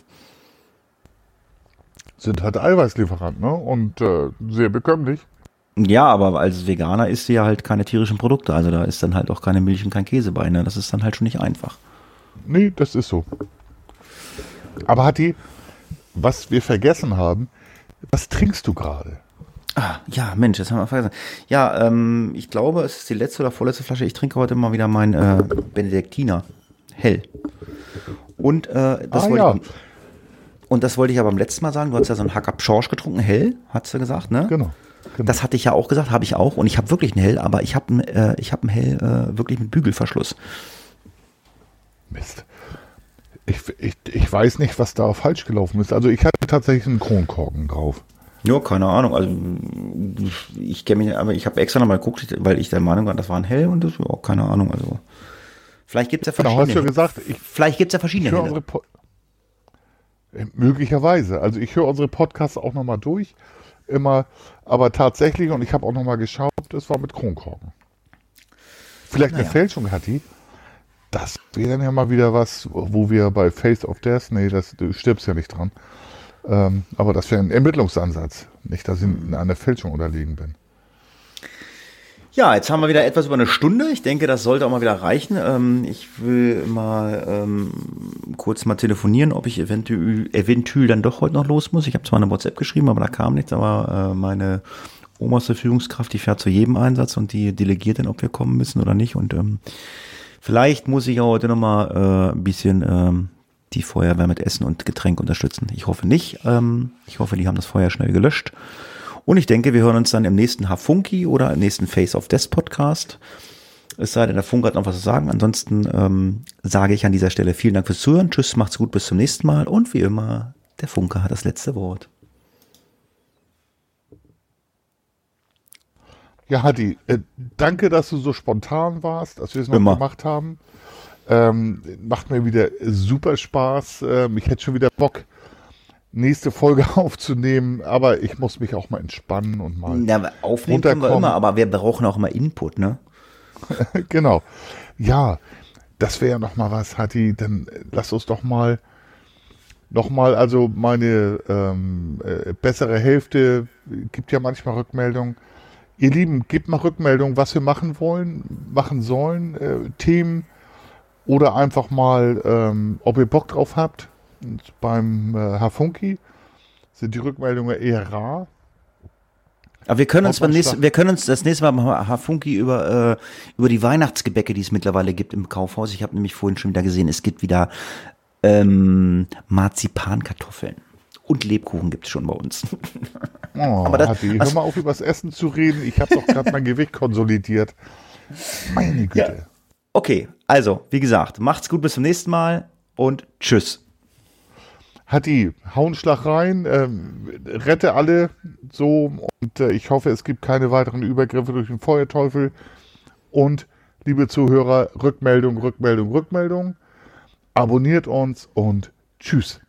Sind halt Eiweißlieferant, ne? Und sehr bekömmlich. Ja, aber als Veganer isst du ja halt keine tierischen Produkte, also da ist dann halt auch keine Milch und kein Käse bei, ne? Das ist dann halt schon nicht einfach. Nee, das ist so. Aber Hatti, was wir vergessen haben, was trinkst du gerade? Ah, ja, Mensch, das haben wir vergessen. Ja, ich glaube, es ist die letzte oder vorletzte Flasche. Ich trinke heute mal wieder mein Benediktiner. Hell. Und das wollte ich aber beim letzten Mal sagen. Du hast ja so einen Hack-Up-Schorsch getrunken, Hell, hast du gesagt, ne? Genau. Das hatte ich ja auch gesagt, habe ich auch. Und ich habe wirklich einen Hell, aber ich habe einen Hell wirklich mit Bügelverschluss. Mist. Ich weiß nicht, was da falsch gelaufen ist. Also ich hatte tatsächlich einen Kronkorken drauf. Ja, keine Ahnung. Also ich kenne mich, aber ich habe extra nochmal geguckt, weil ich der Meinung war, das war ein Hell und das war auch keine Ahnung. Also vielleicht gibt es ja verschiedene. Genau, hast du gesagt, vielleicht gibt es ja verschiedene Helle. Möglicherweise. Also ich höre unsere Podcasts auch nochmal durch. Immer, aber tatsächlich, und ich habe auch nochmal geschaut, das war mit Kronkorken. Vielleicht eine Fälschung, Hatti. Das wäre dann ja mal wieder was, wo wir bei Face of Death, nee, du stirbst ja nicht dran. Aber das wäre ein Ermittlungsansatz. Nicht, dass ich in einer Fälschung unterlegen bin. Ja, jetzt haben wir wieder etwas über eine Stunde. Ich denke, das sollte auch mal wieder reichen. Ich will mal kurz mal telefonieren, ob ich eventuell dann doch heute noch los muss. Ich habe zwar eine WhatsApp geschrieben, aber da kam nichts. Aber meine oberste Führungskraft, die fährt zu jedem Einsatz und die delegiert dann, ob wir kommen müssen oder nicht. Und vielleicht muss ich ja heute noch mal ein bisschen die Feuerwehr mit Essen und Getränk unterstützen. Ich hoffe nicht. Ich hoffe, die haben das Feuer schnell gelöscht. Und ich denke, wir hören uns dann im nächsten Hafunki oder im nächsten Face of Death Podcast. Es sei denn, der Funk hat noch was zu sagen. Ansonsten sage ich an dieser Stelle vielen Dank fürs Zuhören. Tschüss, macht's gut, bis zum nächsten Mal. Und wie immer, der Funke hat das letzte Wort. Ja, Hadi, danke, dass du so spontan warst, dass wir es noch gemacht haben. Macht mir wieder super Spaß. Ich hätte schon wieder Bock, nächste Folge aufzunehmen, aber ich muss mich auch mal entspannen und mal aufnehmen können wir immer, aber wir brauchen auch immer Input, ne? Genau. Ja, das wäre ja noch mal was, Hadi. Dann lass uns doch mal also meine bessere Hälfte gibt ja manchmal Rückmeldungen. Ihr Lieben, gebt mal Rückmeldung, was wir machen sollen, Themen oder einfach mal, ob ihr Bock drauf habt. Und beim Hafunki sind die Rückmeldungen eher rar. Aber wir können uns das nächste Mal beim Hafunki über die Weihnachtsgebäcke, die es mittlerweile gibt im Kaufhaus. Ich habe nämlich vorhin schon wieder gesehen, es gibt wieder Marzipankartoffeln. Und Lebkuchen gibt es schon bei uns. Oh, aber hör mal auf, über das Essen zu reden. Ich habe doch gerade mein Gewicht konsolidiert. Meine Güte. Ja. Okay, also, wie gesagt, macht's gut, bis zum nächsten Mal und tschüss. Hadi, hau einen Schlag rein, rette alle so und ich hoffe, es gibt keine weiteren Übergriffe durch den Feuerteufel. Und, liebe Zuhörer, Rückmeldung. Abonniert uns und tschüss.